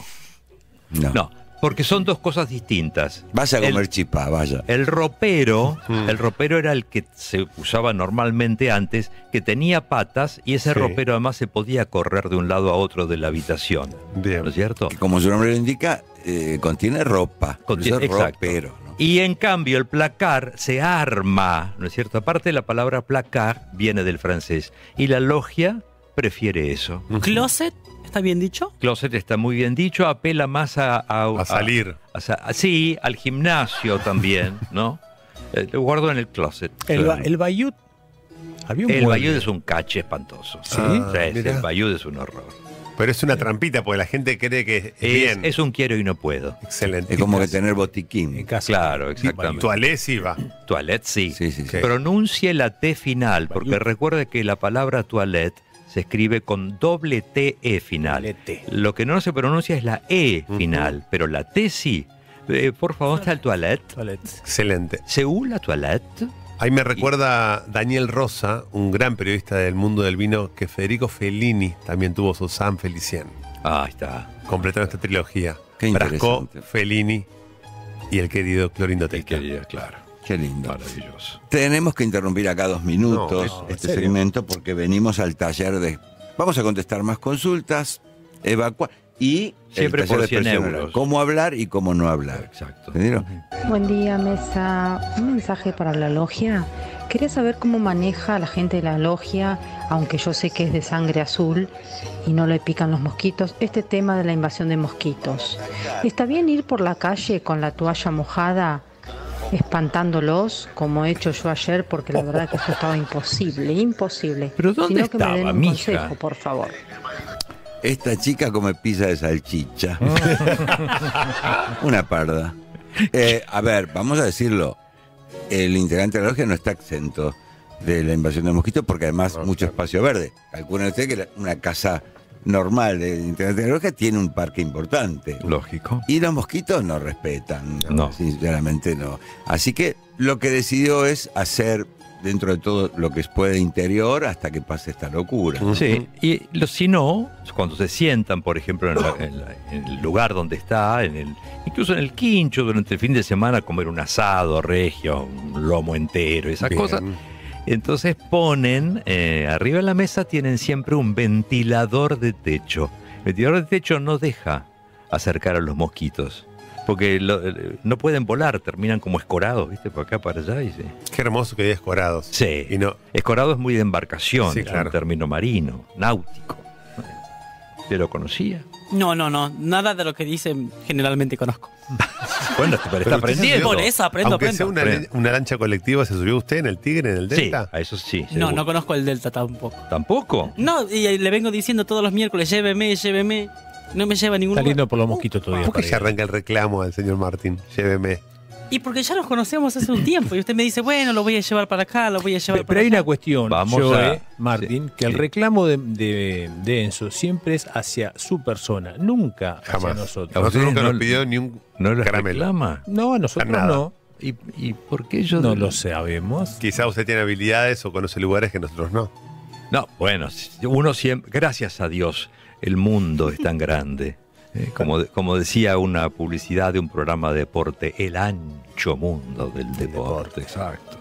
S3: porque son dos cosas distintas.
S2: Vaya a comer chipá, vaya.
S3: El ropero era el que se usaba normalmente antes, que tenía patas, y ese ropero además se podía correr de un lado a otro de la habitación.
S6: Bien.
S3: ¿No es cierto?
S2: Que como su nombre lo indica, contiene ropa.
S3: Contiene,
S2: Por eso es
S3: exacto.
S2: ropero, ¿no?
S3: Y en cambio el placar se arma, ¿no es cierto? Aparte la palabra placar viene del francés, y la logia prefiere eso.
S4: ¿Closet? ¿Está bien dicho?
S3: Closet está muy bien dicho, apela más a
S6: salir.
S3: Sí, al gimnasio también, ¿no? Lo guardo en el closet.
S5: El bayut.
S3: El bayut es un cache espantoso.
S6: ¿Sí?
S3: El bayut es un horror.
S6: Pero es una trampita, porque la gente cree que es bien.
S3: Es un quiero y no puedo.
S6: Excelente.
S2: Es como que tener botiquín.
S3: Claro, exactamente.
S6: Toilette sí va.
S3: Toilette sí.
S2: Sí.
S3: Pronuncie la T final, porque recuerde que la palabra toilette se escribe con doble TE final. Lo que no se pronuncia es la E final, pero la T sí. Por favor, está el toilette.
S6: Excelente.
S3: ¿Seúl la toilette?
S6: Ahí me recuerda Daniel Rosa, un gran periodista del mundo del vino, que Federico Fellini también tuvo su San Felicien.
S3: Ahí está.
S6: Completaron esta trilogía.
S2: Qué
S6: Brasco,
S2: interesante.
S6: Fellini y el querido Clorindo Testa.
S3: Claro.
S2: Qué lindo.
S3: Maravilloso.
S2: Tenemos que interrumpir acá 2 minutos
S6: No,
S2: este
S6: ¿en serio?
S2: segmento porque venimos al taller de... Vamos a contestar más consultas, evacuar y
S3: Siempre
S2: el taller
S3: por
S2: de
S3: 100
S2: expresión
S3: euros.
S2: oral. Cómo hablar y cómo no hablar.
S3: Exacto.
S2: ¿Entendieron?
S12: Buen día, mesa. Un mensaje para la logia. Quería saber cómo maneja la gente de la logia, aunque yo sé que es de sangre azul y no le pican los mosquitos, este tema de la invasión de mosquitos. ¿Está bien ir por la calle con la toalla mojada, espantándolos, como he hecho yo ayer? Porque la verdad que eso estaba imposible.
S3: ¿Pero dónde
S12: Sino que me den
S3: estaba,
S12: un
S3: mija?
S12: consejo, por favor.
S2: esta chica come pizza de salchicha. Una parda. A ver, vamos a decirlo. El integrante de la logia no está exento de la invasión de mosquitos porque además mucho espacio verde. Calculen ustedes que una casa normal de integrante de la logia tiene un parque importante.
S3: Lógico.
S2: Y los mosquitos no respetan.
S3: No.
S2: Sinceramente no. Así que lo que decidió es hacer dentro de todo lo que puede interior hasta que pase esta locura.
S3: Sí, y si no, cuando se sientan, por ejemplo, en el lugar donde está, incluso en el quincho, durante el fin de semana, comer un asado regio, un lomo entero, esas cosas. Entonces ponen, arriba de la mesa tienen siempre un ventilador de techo. El ventilador de techo no deja acercar a los mosquitos. Porque no pueden volar, terminan como escorados, ¿viste? Por acá, para allá.
S6: Qué hermoso que diga escorados.
S3: Sí.
S6: Y no...
S3: Escorado es muy de embarcación,
S6: sí,
S3: es
S6: claro.
S3: un término marino, náutico. ¿Te lo conocía?
S4: No. Nada de lo que dicen generalmente conozco.
S3: Bueno, pero está aprendiendo.
S4: Por eso aprendo.
S6: Aunque sea una lancha colectiva, ¿se subió usted en el Tigre, en el Delta?
S3: Sí, a eso sí.
S4: No conozco el Delta tampoco.
S3: ¿Tampoco?
S4: No, y le vengo diciendo todos los miércoles, lléveme. No me lleva a ningún
S5: Está
S4: lugar.
S5: lindo por los mosquitos todavía.
S6: ¿Por qué se arranca el reclamo al señor Martín? Lléveme.
S4: Y porque ya nos conocemos hace un tiempo. Y usted me dice, bueno, lo voy a llevar para acá, lo voy a llevar para
S5: Pero hay
S4: allá.
S5: una cuestión, Martín, que el
S3: sí.
S5: reclamo de Enzo siempre es hacia su persona, nunca
S6: Jamás.
S5: hacia nosotros.
S6: A nosotros nunca nos pidió ni un
S3: ¿No les
S6: caramelo.
S3: reclama?
S5: No, a nosotros
S6: Nada.
S5: no.
S3: ¿Y por qué yo
S5: No lo sabemos.
S6: Quizá usted tiene habilidades o conoce lugares que nosotros no.
S3: No, bueno, uno siempre, gracias a Dios, el mundo es tan grande. Como decía una publicidad de un programa de deporte, el ancho mundo del deporte. Exacto.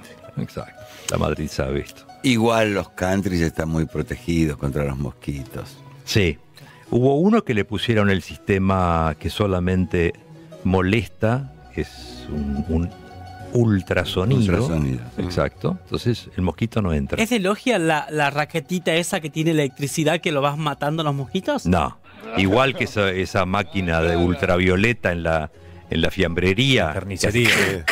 S3: La Madrid sabe esto.
S2: Igual los countries están muy protegidos contra los mosquitos.
S3: Sí. Hubo uno que le pusieron el sistema que solamente molesta, es un ultrasonido. Exacto. Entonces el mosquito no entra.
S4: ¿Es de logia la raquetita esa que tiene electricidad que lo vas matando a los mosquitos?
S3: No. Igual que esa máquina de ultravioleta en la fiambrería.
S5: Carnicería.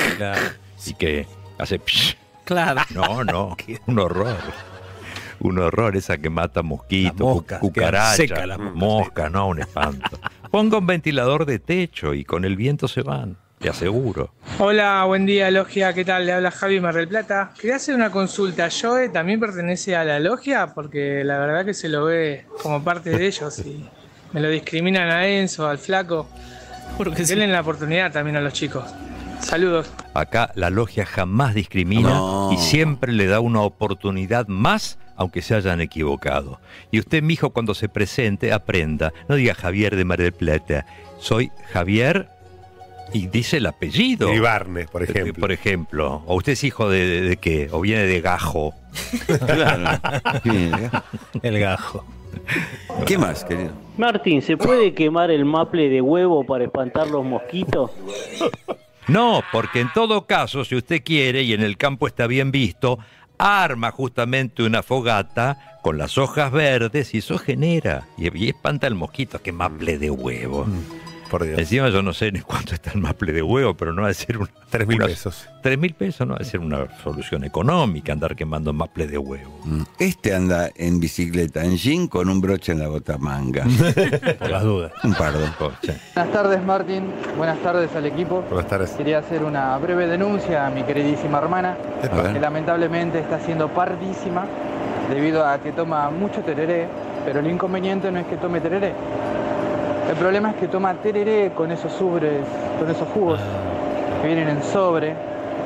S3: Y que hace...
S4: Claro.
S3: No. Un horror. Un horror esa que mata mosquitos,
S5: moscas,
S3: cucarachas,
S5: quedan secas las
S3: moscas, no, un espanto. Ponga un ventilador de techo y con el viento se van, te aseguro.
S13: Hola, buen día logia, ¿qué tal? Le habla Javi Mar del Plata. Quería hacer una consulta. ¿Joe también pertenece a la logia? Porque la verdad que se lo ve como parte de ellos y me lo discriminan a Enzo, al flaco. Porque denle la oportunidad también a los chicos. Saludos.
S3: Acá la logia jamás discrimina y siempre le da una oportunidad más, aunque se hayan equivocado. Y usted, mijo, cuando se presente, aprenda. No diga Javier de Mar del Plata. Soy Javier y dice el apellido.
S6: Ibarne, por ejemplo.
S3: Por ejemplo. O usted es hijo de qué, o viene de Gajo.
S2: Claro.
S5: El Gajo.
S2: ¿Qué más, querido?
S11: Martín, ¿se puede quemar el maple de huevo para espantar los mosquitos?
S3: No, porque en todo caso, si usted quiere y en el campo está bien visto, arma justamente una fogata con las hojas verdes y eso genera y espanta el mosquito. ¡Qué maple de huevo!
S6: Por Dios.
S3: Encima yo no sé ni cuánto está el maple de huevo, pero no va a ser
S6: 3.000 pesos.
S3: 3.000 pesos no va a ser una solución económica andar quemando maple de huevo.
S2: Este anda en bicicleta, en jean, con un broche en la botamanga.
S5: Por las dudas.
S2: Un pardo.
S14: Buenas tardes, Martín. Buenas tardes al equipo.
S6: Buenas tardes.
S14: Quería hacer una breve denuncia a mi queridísima hermana, que lamentablemente está siendo pardísima debido a que toma mucho tereré, pero el inconveniente no es que tome tereré. El problema es que toma tereré con esos sobres, con esos jugos que vienen en sobre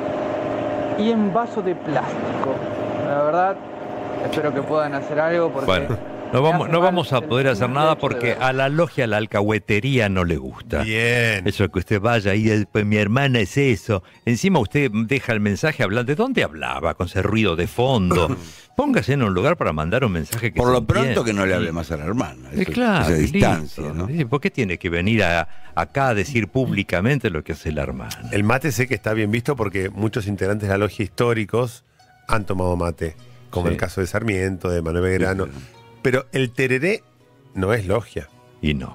S14: y en vaso de plástico. La verdad, espero que puedan hacer algo porque...
S3: Bueno. No vamos a poder hacer nada porque a la logia, la alcahuetería no le gusta.
S6: Bien.
S3: Eso que usted vaya y después mi hermana es eso. Encima usted deja el mensaje hablando. ¿De dónde hablaba? Con ese ruido de fondo. Póngase en un lugar para mandar un mensaje que
S2: Por
S3: se
S2: lo pronto
S3: entienda.
S2: que no le hable más a la hermana. Eso,
S3: Claro,
S2: esa distancia,
S3: listo.
S2: ¿no?
S3: ¿Por qué tiene que venir acá a decir públicamente lo que hace la hermana?
S6: El mate sé que está bien visto porque muchos integrantes de la logia históricos han tomado mate, como
S3: Sí.
S6: el caso de Sarmiento, de Manuel Belgrano. Pero el tereré no es logia.
S3: Y no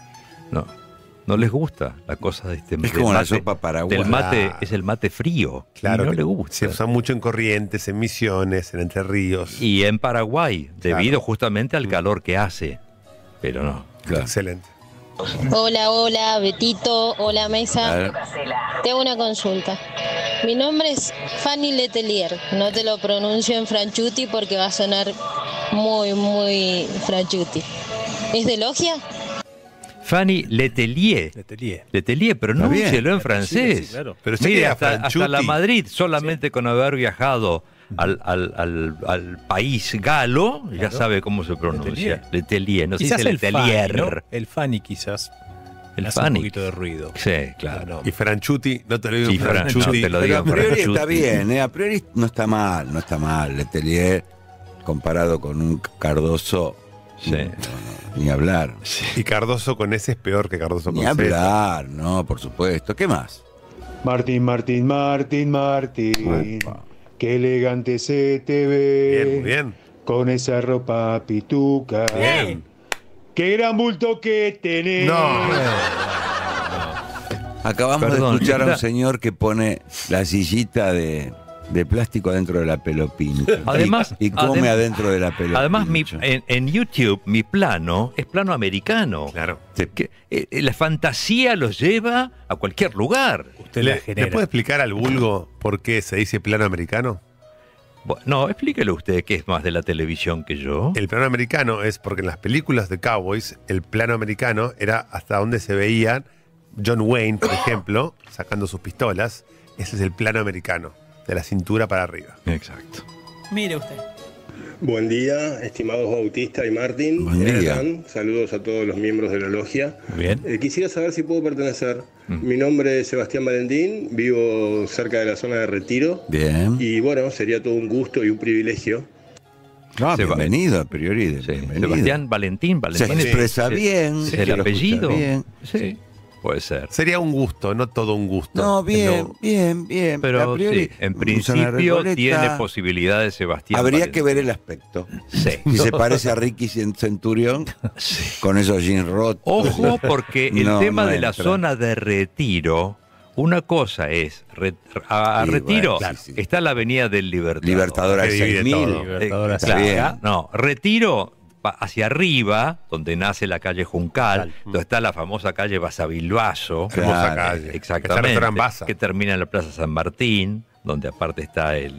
S3: les gusta la cosa de este
S2: Es como la sopa paraguaya.
S3: El mate es el mate frío.
S6: Claro,
S3: y no
S6: que
S3: le gusta.
S6: se usa mucho en Corrientes, en Misiones, en Entre Ríos.
S3: Y en Paraguay, debido justamente al calor que hace. pero no.
S2: Claro.
S6: Excelente.
S15: Hola, Betito, hola Mesa.
S2: Claro.
S15: Te hago una consulta. Mi nombre es Fanny Letelier. No te lo pronuncio en franchuti porque va a sonar muy franchuti. ¿Es de Logia?
S3: Fanny Letelier. Letelier, pero no úselo en francés.
S5: Sí, claro.
S6: Pero
S3: mire, hasta la Madrid, solamente con haber viajado al país galo, ya sabe cómo se pronuncia. Letelier, no se dice Letelier.
S5: Fanny, ¿no? El Fanny quizás.
S3: El
S5: hace
S3: Fanny.
S5: un poquito de ruido.
S3: Sí, claro.
S6: Y Franchuti, no te lo digo en
S3: Franchuti.
S6: Franchuti.
S3: Te lo
S2: Pero
S3: digo
S2: a priori
S3: Franchuti.
S2: está bien, a priori no está mal. Letelier comparado con un Cardoso,
S3: Sí.
S2: ni hablar.
S6: Y Cardoso con ese es peor que Cardoso con
S2: Ni
S6: C.
S2: hablar, no, por supuesto. ¿Qué más?
S16: Martín. Qué elegante se te ve.
S6: Bien, muy bien.
S16: Con esa ropa pituca.
S6: Bien.
S16: Qué gran bulto que tenés.
S6: No.
S2: Acabamos
S3: Perdón,
S2: de escuchar a un
S3: está-
S2: señor que pone la sillita de plástico adentro de la pelo pincho.
S3: Además-
S2: y come
S3: adem-
S2: adentro de la pelo
S3: Además,
S2: pincho.
S3: en YouTube, mi plano es plano americano.
S6: Claro.
S3: Que, la fantasía los lleva a cualquier lugar.
S5: Usted la
S6: ¿Le
S5: genera.
S6: puede explicar al vulgo por qué se dice plano americano?
S3: No, explíquele usted que es más de la televisión que yo.
S6: El plano americano es porque en las películas de cowboys, el plano americano era hasta donde se veían John Wayne, por ejemplo, sacando sus pistolas. Ese es el plano americano, de la cintura para arriba.
S3: Exacto.
S4: Mire usted.
S17: Buen día, estimados Bautista y Martín.
S2: Buen día.
S17: Hernán. Saludos a todos los miembros de la logia.
S5: Bien.
S17: Quisiera saber si puedo pertenecer. Mi nombre es Sebastián Valentín, vivo cerca de la zona de Retiro.
S2: Bien.
S17: Y bueno, sería todo un gusto y un privilegio.
S2: No,
S3: Seba-
S2: bienvenido a priori.
S3: Sí.
S2: Bienvenido.
S3: Sebastián Valentín.
S2: Se expresa
S3: Sí.
S2: bien.
S3: ¿Es
S2: se
S3: el
S2: lo escucha
S3: apellido?
S2: bien.
S3: Sí. Puede ser.
S6: Sería un gusto, no todo un gusto.
S2: No, bien,
S6: No.
S2: bien.
S3: Pero
S2: A priori,
S3: sí, en
S2: usa una
S3: principio
S2: Recoleta.
S3: tiene posibilidades Sebastián.
S2: Habría
S3: Valentín.
S2: que ver el aspecto.
S3: Sí.
S2: Si se parece a Ricky Centurión, con esos jeans rotos.
S3: Ojo, porque el
S2: No,
S3: tema
S2: no
S3: de la
S2: entra.
S3: zona de Retiro, una cosa es, a
S2: Sí,
S3: Retiro
S2: bueno, sí.
S3: está la avenida del Libertador.
S2: Libertador al
S6: Que divide
S2: 6000.
S6: todo.
S5: Libertador
S2: Está
S3: Claro,
S2: bien.
S3: no, Retiro hacia arriba, donde nace la calle Juncal, donde está la famosa calle Basavilbaso.
S6: Hermosa
S2: Claro,
S6: calle. Está el
S3: Exactamente.
S6: restaurante Baza.
S3: Que termina en la Plaza San Martín, donde aparte está el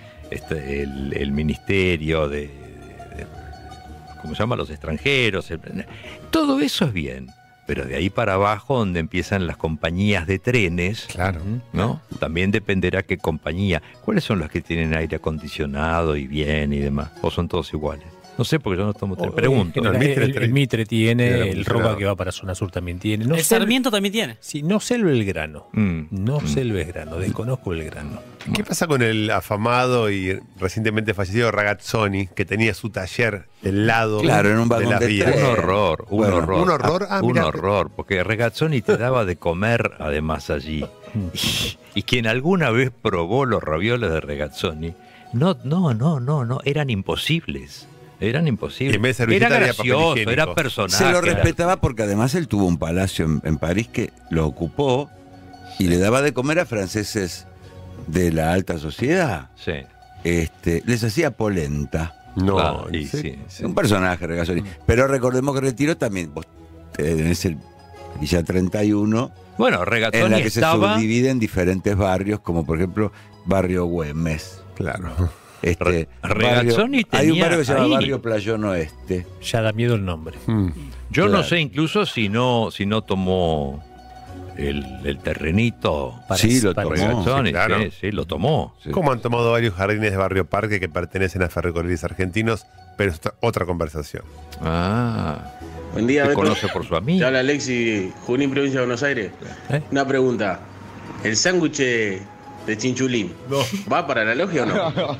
S3: ministerio ¿cómo se llama? Los extranjeros. Todo eso es bien. Pero de ahí para abajo, donde empiezan las compañías de trenes,
S6: Claro.
S3: ¿no? También dependerá qué compañía. ¿Cuáles son las que tienen aire acondicionado y bien y demás? ¿O son todos iguales? No sé, porque yo no tomo tren. Pregunto.
S6: no,
S5: El Mitre tiene,
S6: Tiene
S5: el
S6: acondicionado.
S5: Roca que va para zona sur también tiene. No
S4: El
S5: sé
S4: Sarmiento también tiene.
S5: Sí, no sé el Belgrano.
S3: Mm.
S5: No sé el Belgrano, desconozco el Belgrano.
S6: ¿Qué pasa con el afamado y recientemente fallecido Ragazzoni, que tenía su taller del lado
S2: Claro, en un
S6: de
S2: vagón
S6: las
S2: de
S6: vías?
S2: tren.
S3: Un horror, un
S2: Bueno,
S3: horror.
S6: un horror. Ah,
S3: un
S6: mirá.
S3: horror, porque Regazzoni te daba de comer además allí. Y quien alguna vez probó los ravioles de Regazzoni, no, eran imposibles. Eran imposibles.
S6: Y en vez de servilleta
S3: Era
S6: había papel
S3: gracioso,
S6: higiénico.
S3: era personaje.
S2: Se lo
S3: era-
S2: respetaba porque además él tuvo un palacio en París que lo ocupó y le daba de comer a franceses de la alta sociedad.
S3: Sí.
S2: Les hacía polenta.
S6: No,
S3: Claro,
S6: ¿en
S3: y
S6: serio?
S3: sí.
S2: Un personaje, Regazzoni. Pero recordemos que Retiro también, vos tenés el Villa 31,
S3: Bueno,
S2: en
S3: Regazzoni
S2: la que se
S3: estaba...
S2: subdivide en diferentes barrios, como por ejemplo Barrio Güemes.
S6: Claro.
S3: Regazzoni
S2: hay un
S3: tenía
S2: barrio que se llama
S3: ahí.
S2: Barrio Playón Oeste.
S5: Ya da miedo el nombre.
S3: Yo no
S2: Claro.
S3: sé incluso si no tomó el terrenito.
S2: Sí, lo
S3: para
S2: tomó.
S3: Regazzoni,
S6: Sí, claro.
S3: sí, lo tomó.
S2: Sí.
S6: Como han tomado varios jardines de Barrio Parque que pertenecen a ferrocarriles argentinos, pero es otra conversación.
S3: Ah,
S18: Buen día,
S3: te
S18: Beto.
S3: conoce por su
S18: Te
S3: amigo.
S18: habla Alexi, Junín, provincia de Buenos Aires. Una pregunta. ¿El sándwich de chinchulín va para la logia o no?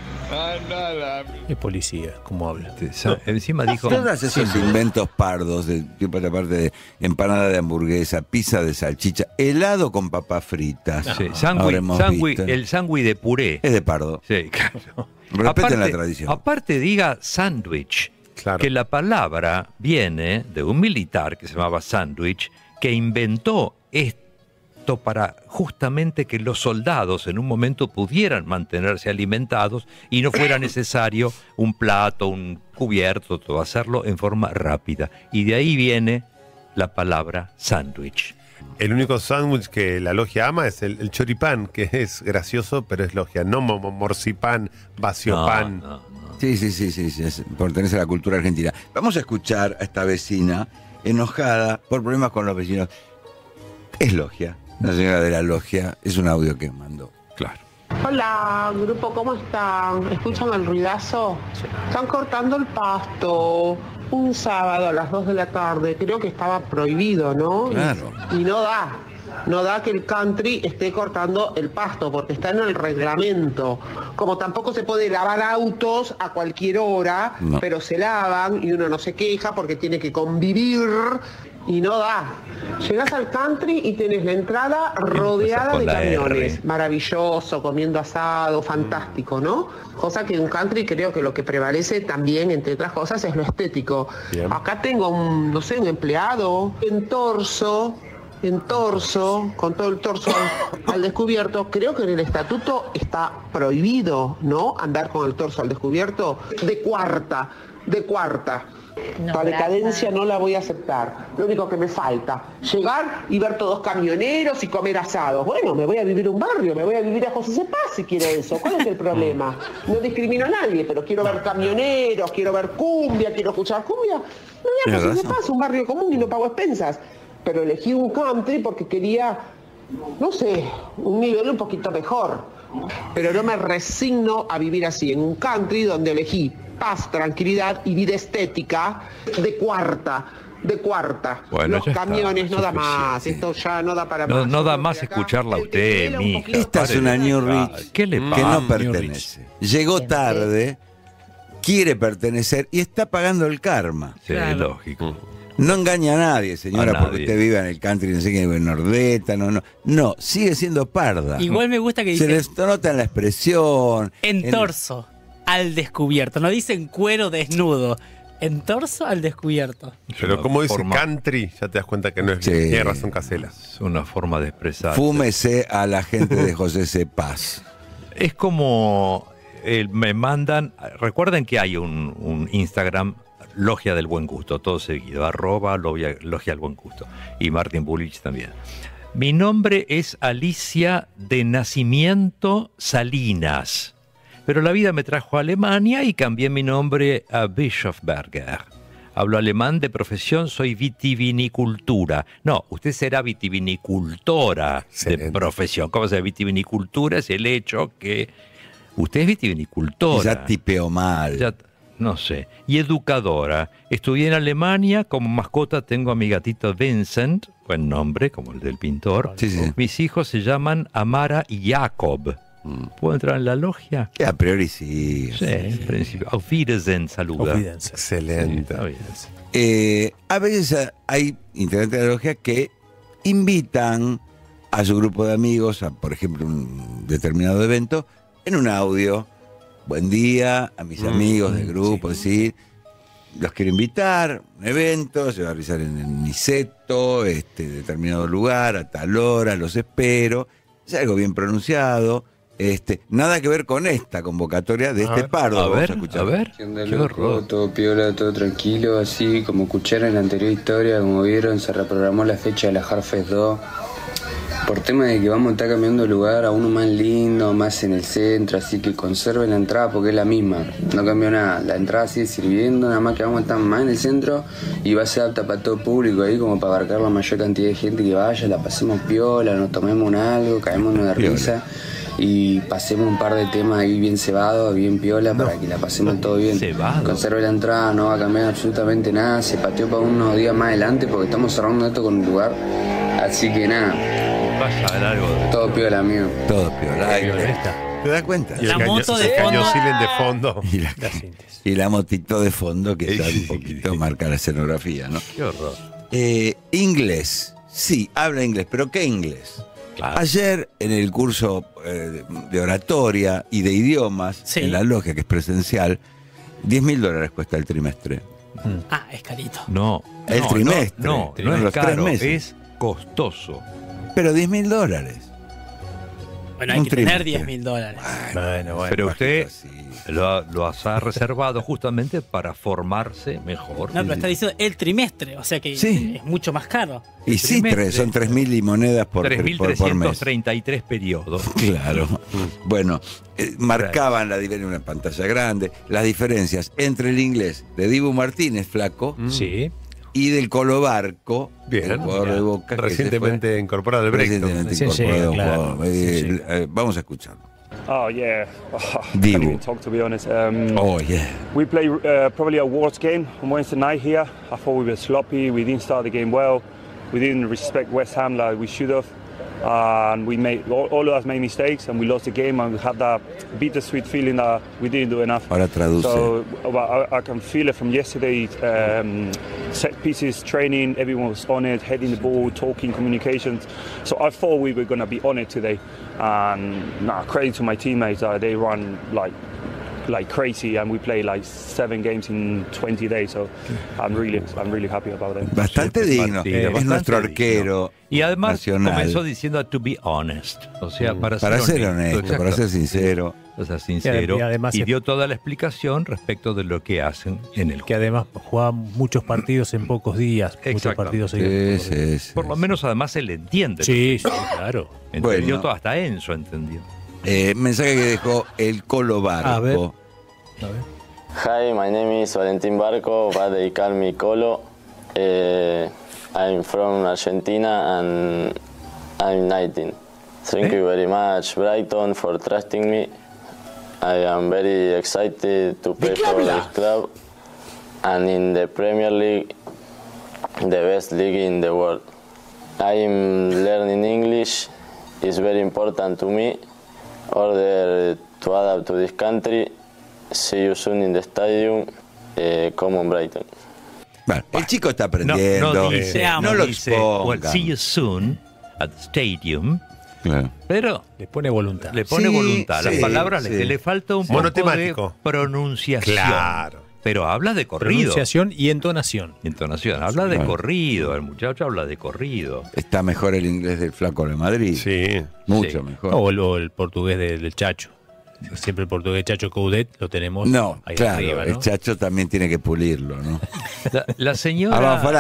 S5: Es policía, como habla.
S3: Encima dijo...
S2: Todos esos inventos pardos, de tipo de parte de empanada de hamburguesa, pizza de salchicha, helado con papas fritas.
S3: Sí,
S2: Ahora hemos visto.
S3: el sándwich de puré.
S2: Es de pardo.
S3: Sí, claro.
S2: Respeten la tradición.
S3: Aparte diga sándwich,
S6: Claro.
S3: que la palabra viene de un militar que se llamaba Sandwich, que inventó esto para justamente que los soldados en un momento pudieran mantenerse alimentados y no fuera necesario un plato, un cubierto, todo hacerlo en forma rápida. Y de ahí viene la palabra sándwich.
S6: El único sándwich que la logia ama es el choripán, que es gracioso, pero es logia. No morcipán, vaciopan.
S3: No.
S2: Sí, pertenece a la cultura argentina. Vamos a escuchar a esta vecina enojada por problemas con los vecinos. Es logia, la señora de la logia, es un audio que mandó.
S3: Claro.
S19: Hola, grupo, ¿cómo están? ¿Escuchan el ruidazo? Están cortando el pasto. Un sábado a las 2 de la tarde, creo que estaba prohibido, ¿no?
S2: Claro.
S19: Y no da que el country esté cortando el pasto, porque está en el reglamento. Como tampoco se puede lavar autos a cualquier hora,
S2: no.
S19: Pero se lavan y uno no se queja porque tiene que convivir y no da. Llegás al country y tenés la entrada rodeada de camiones. Maravilloso, comiendo asado, fantástico, ¿no? Cosa que en un country creo que lo que prevalece también, entre otras cosas, es lo estético. Bien. Acá tengo un empleado en torso, con todo el torso al descubierto. Creo que en el estatuto está prohibido, ¿no? Andar con el torso al descubierto de cuarta. No, la decadencia no la voy a aceptar. Lo único que me falta, llegar y ver todos camioneros y comer asados. Bueno, me voy a vivir a un barrio, me voy a vivir a José C. Paz si quiero eso. ¿Cuál es el problema? No discrimino a nadie, pero quiero ver camioneros, quiero ver cumbia, quiero escuchar cumbia. Me voy a José C. Paz, un barrio común y no pago expensas. Pero elegí un country porque quería, no sé, un nivel un poquito mejor. Pero no me resigno a vivir así, en un country donde elegí paz, tranquilidad y vida estética de cuarta.
S3: Bueno,
S19: los camiones no da más, esto ya no da para más.
S3: No da más escucharla a usted, mija.
S2: Esta es una New Rich
S3: que
S2: no pertenece. Llegó tarde, quiere pertenecer y está pagando el karma.
S3: Sí, claro. Lógico.
S2: No engaña a nadie, señora, porque usted vive en el country, no sé qué, en Nordeta, no, sigue siendo parda.
S4: Igual me gusta que dice...
S2: Se les nota en la expresión.
S4: En torso, al descubierto, no dice en cuero desnudo, en torso al descubierto.
S6: Pero como dice country, ya te das cuenta que no es bien. Tiene razón Casela.
S3: Es una forma de expresar.
S2: Fúmese a la gente de José C. Paz.
S3: Es como me mandan, recuerden que hay un Instagram, Logia del Buen Gusto, todo seguido, @Logia del Buen Gusto. Y Martín Bullich también. Mi nombre es Alicia de Nacimiento Salinas, pero la vida me trajo a Alemania y cambié mi nombre a Bischofberger. Hablo alemán de profesión, soy vitivinicultura. No, usted será vitivinicultora de profesión. ¿Cómo se llama vitivinicultura? Es el hecho que usted es vitivinicultora.
S2: Ya tipeó mal.
S3: No sé. Y educadora. Estudié en Alemania. Como mascota tengo a mi gatito Vincent. Buen nombre, como el del pintor.
S2: Sí.
S3: Mis hijos se llaman Amara y Jacob. ¿Puedo entrar en la logia?
S2: A priori sí.
S3: Sí, en principio. Auf Wiedersehen, saluda.
S6: Auf Wiedersehen. Excelente.
S2: A veces hay integrantes de la logia que invitan a su grupo de amigos a, por ejemplo, un determinado evento en un audio. Buen día a mis amigos del grupo, sí. Los quiero invitar, un evento, se va a realizar en el Niceto, determinado lugar, a tal hora, los espero. Es algo bien pronunciado. Nada que ver con esta convocatoria de pardo.
S3: A ver.
S20: Qué horror. Todo piola, todo tranquilo, así como escucharon en la anterior historia, como vieron, se reprogramó la fecha de la Harfest 2. Por tema de que vamos a estar cambiando de lugar a uno más lindo, más en el centro, así que conserven la entrada porque es la misma, no cambió nada, la entrada sigue sirviendo, nada más que vamos a estar más en el centro y va a ser apta para todo público ahí como para abarcar la mayor cantidad de gente que vaya, la pasemos piola, nos tomemos un algo, caemos de risa y pasemos un par de temas ahí bien cebados, bien piola para que la pasemos todo bien. Conserve la entrada, no va a cambiar absolutamente nada, se pateó para unos días más adelante porque estamos cerrando esto con un lugar, así que nada. Todo piola, amigo.
S2: Todo piola. ¿Te das cuenta?
S4: La moto de
S6: fondo.
S2: Y la motito de fondo que está un poquito marca la escenografía, ¿no?
S3: Qué horror.
S2: Inglés. Sí, habla inglés, pero ¿qué inglés? Claro. Ayer en el curso de oratoria y de idiomas en la logia, que es presencial, $10.000 cuesta el trimestre.
S4: Es carito.
S3: No.
S2: El trimestre.
S3: No es
S2: los
S3: caro,
S2: 3 meses.
S3: es costoso.
S2: Pero $10.000.
S4: Bueno, hay
S2: Un
S4: que tener
S2: trimestre.
S4: $10.000.
S5: Bueno,
S3: Pero usted lo ha reservado justamente para formarse mejor.
S4: No, pero está diciendo el trimestre, o sea que
S2: Sí.
S4: es mucho más caro.
S2: Y sí, son 3.000 y monedas por mes.
S3: 3.333 periodos.
S2: Claro. Bueno, marcaban la diferencia en una pantalla grande, las diferencias entre el inglés de Dibu Martínez, flaco,
S5: Sí.
S2: y del Colo Barco,
S6: Bien.
S2: el jugador de Boca. que
S6: Recientemente
S2: se fue.
S6: incorporado al Breakton.
S2: Recientemente
S5: Recién
S2: incorporado
S5: llega, claro.
S2: jugador.
S5: Sí.
S2: Vamos a escucharlo.
S21: Oh yeah,
S2: Dibu.
S21: can't even talk to be honest.
S2: Oh, yeah.
S21: We played probably a worse game on Wednesday night here. I thought we were sloppy. We didn't start the game well. We didn't respect West Ham like we should have. And we made all of us made mistakes, and we lost the game. And we had that bittersweet feeling that we didn't do enough.
S2: Ahora traduce.
S21: So I can feel it from yesterday. Set pieces, training, everyone was on it, heading the ball, talking, communications. So I thought we were going to be on it today. And credit to my teammates, they run like crazy, and we play like 7 games in 20 days. So I'm really happy about that.
S2: Bastante digno. Es nuestro arquero.
S3: Y además
S2: nacional.
S3: comenzó diciendo to be honest, o sea, para ser
S2: honesto,
S3: exacto.
S2: para ser sincero.
S3: O sea, sincero.
S5: Y además
S3: dio toda la explicación respecto de lo que hacen en el
S5: que además jugaba muchos partidos en pocos días. Muchos partidos seguidos.
S3: Por lo menos además se le entiende.
S5: Sí, claro.
S3: Entendió
S2: Bueno.
S3: todo, hasta Enzo entendió.
S2: Mensaje que dejó el Colo Barco.
S5: A ver.
S22: Hi, my name is Valentín Barco, but they call me Colo. I'm from Argentina and I'm 19. Thank you very much, Brighton, for trusting me. I am very excited to play for this club and in the Premier League, the best league in the world. I'm learning English. It's very important to me. Order to adapt to this country. See you soon in the stadium. Come on, Brighton.
S2: Bueno, el chico está aprendiendo.
S3: No dice,
S2: no lo
S3: dice,
S2: expongan.
S3: well, see you soon at the stadium.
S2: Claro.
S3: Pero
S5: le pone voluntad.
S3: Le pone voluntad. Las palabras le falta un poco
S6: Monotemático.
S3: de pronunciación.
S6: Claro.
S3: Pero habla de corrido.
S5: Pronunciación y entonación.
S3: Habla de corrido. El muchacho habla de corrido.
S2: Está mejor el inglés del Flaco de Madrid.
S6: Sí.
S2: Mucho mejor.
S5: O el portugués del Chacho. Siempre el portugués Chacho Coudet lo tenemos ahí
S2: claro,
S5: arriba, ¿no?
S2: el Chacho también tiene que pulirlo, ¿no?
S3: La señora...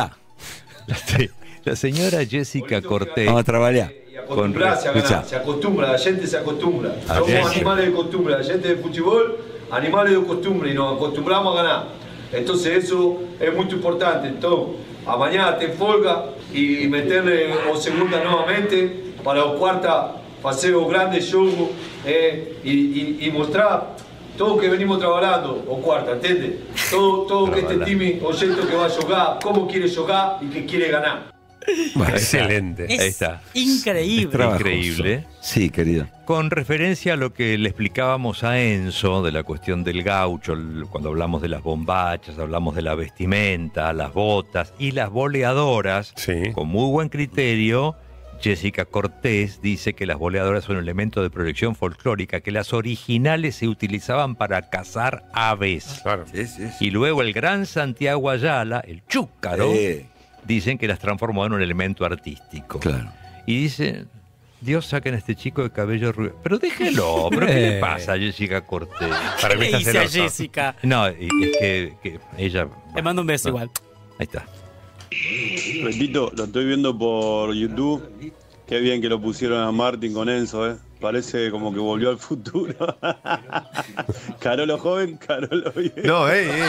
S3: La señora Jessica Cortés...
S2: Vamos a trabajar.
S23: Acostumbrarse a ganar, se acostumbra, la gente se acostumbra. Somos animales de costumbre, la gente de fútbol, animales de costumbre, y nos acostumbramos a ganar. Entonces eso es muy importante. Entonces, a mañana te enfolga y meterle o segunda nuevamente para o cuarta fazer o grande jogo y mostrar todo que venimos trabajando, o cuarta, ¿entiendes? Todo que este time, o jeito que va a jugar, cómo quiere jugar y que quiere ganar.
S2: Bueno,
S6: excelente.
S3: Ahí está.
S4: Increíble.
S3: Increíble.
S2: Sí, querido.
S3: Con referencia a lo que le explicábamos a Enzo de la cuestión del gaucho, cuando hablamos de las bombachas, hablamos de la vestimenta, las botas y las boleadoras, con muy buen criterio, Jessica Cortés dice que las boleadoras son un elemento de proyección folclórica, que las originales se utilizaban para cazar aves.
S6: Claro.
S3: Y luego el gran Santiago Ayala, el chúcaro, dicen que las transformó en un elemento artístico.
S2: Claro.
S3: Y dice, Dios saquen a este chico de cabello rubio. Pero déjelo, ¿pero qué le pasa a Jessica Cortés?
S4: ¿Qué le dice a Jessica?
S3: No, es que ella...
S4: Le mando un beso igual.
S3: Ahí está.
S24: Repito, lo estoy viendo por YouTube. Qué bien que lo pusieron a Martín con Enzo, Parece como que volvió al futuro. Carolo joven, Carolo viejo.
S6: No,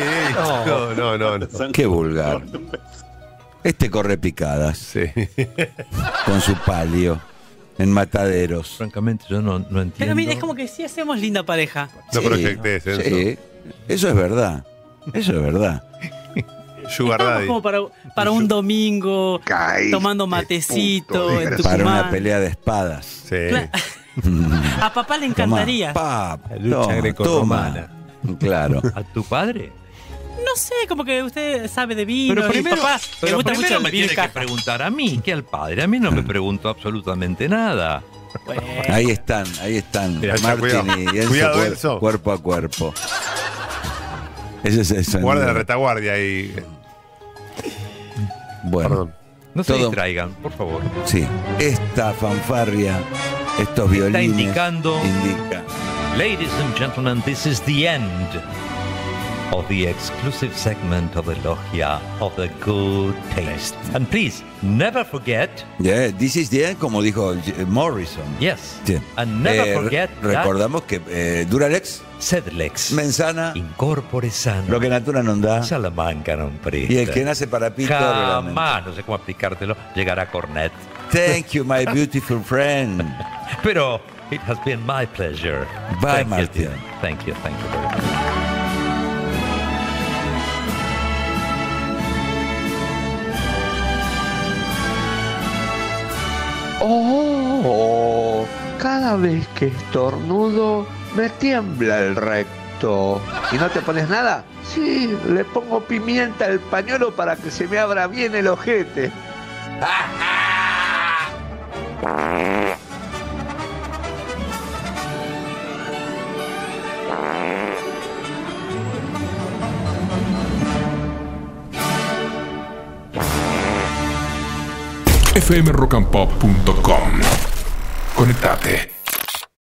S6: no.
S2: Qué vulgar. Este corre picadas.
S6: Sí.
S2: Con su palio. En mataderos.
S3: Francamente, yo no entiendo.
S4: Pero mira, es como que sí hacemos linda pareja.
S6: No proyectes eso.
S2: Sí, eso es verdad. Eso es verdad.
S6: Sugar
S4: Estamos
S6: Daddy.
S4: como para un domingo, tomando matecito en Tucumán.
S2: Para una pelea de espadas.
S6: Sí.
S4: A papá le encantaría.
S5: Lucha grecorromana.
S2: Claro.
S3: ¿A tu padre?
S4: No sé, como que usted sabe de vino.
S3: Pero
S4: y
S3: primero,
S4: papá le gusta mucho el
S3: me
S4: vino
S3: tiene que preguntar a mí, que al padre. A mí no me preguntó absolutamente nada.
S4: Bueno.
S2: Ahí están. Martín y Enzo,
S6: Cuidado, Enzo.
S2: cuerpo a cuerpo. Ese es eso.
S6: Guarda la retaguardia ahí.
S2: Bueno.
S6: Perdón.
S3: No se distraigan, por favor.
S2: Sí, esta fanfarria, estos violines.
S3: Está indicando.
S2: Indica.
S3: Ladies and gentlemen, this is the end of the exclusive segment of the Logia of the Good Taste. And please, never forget.
S2: Yeah, this is the end, como dijo Morrison.
S3: Yes.
S2: Sí.
S3: And never forget.
S2: Recordamos que Duralex,
S3: Sedlex,
S2: Mensana,
S3: incorpore sano,
S2: lo que natura non dà,
S3: Salamanca non presta.
S2: Y el que nace para pito,
S3: jamás, no sé cómo aplicártelo, llegará a Cornet.
S2: Thank you, my beautiful friend.
S3: Pero it has been my pleasure.
S2: Bye, Martín.
S3: Thank you very much.
S1: Oh, cada vez que estornudo me tiembla el recto. ¿Y no te pones nada? Sí, le pongo pimienta al pañuelo para que se me abra bien el ojete.
S7: fmrockandpop.com. Conectate.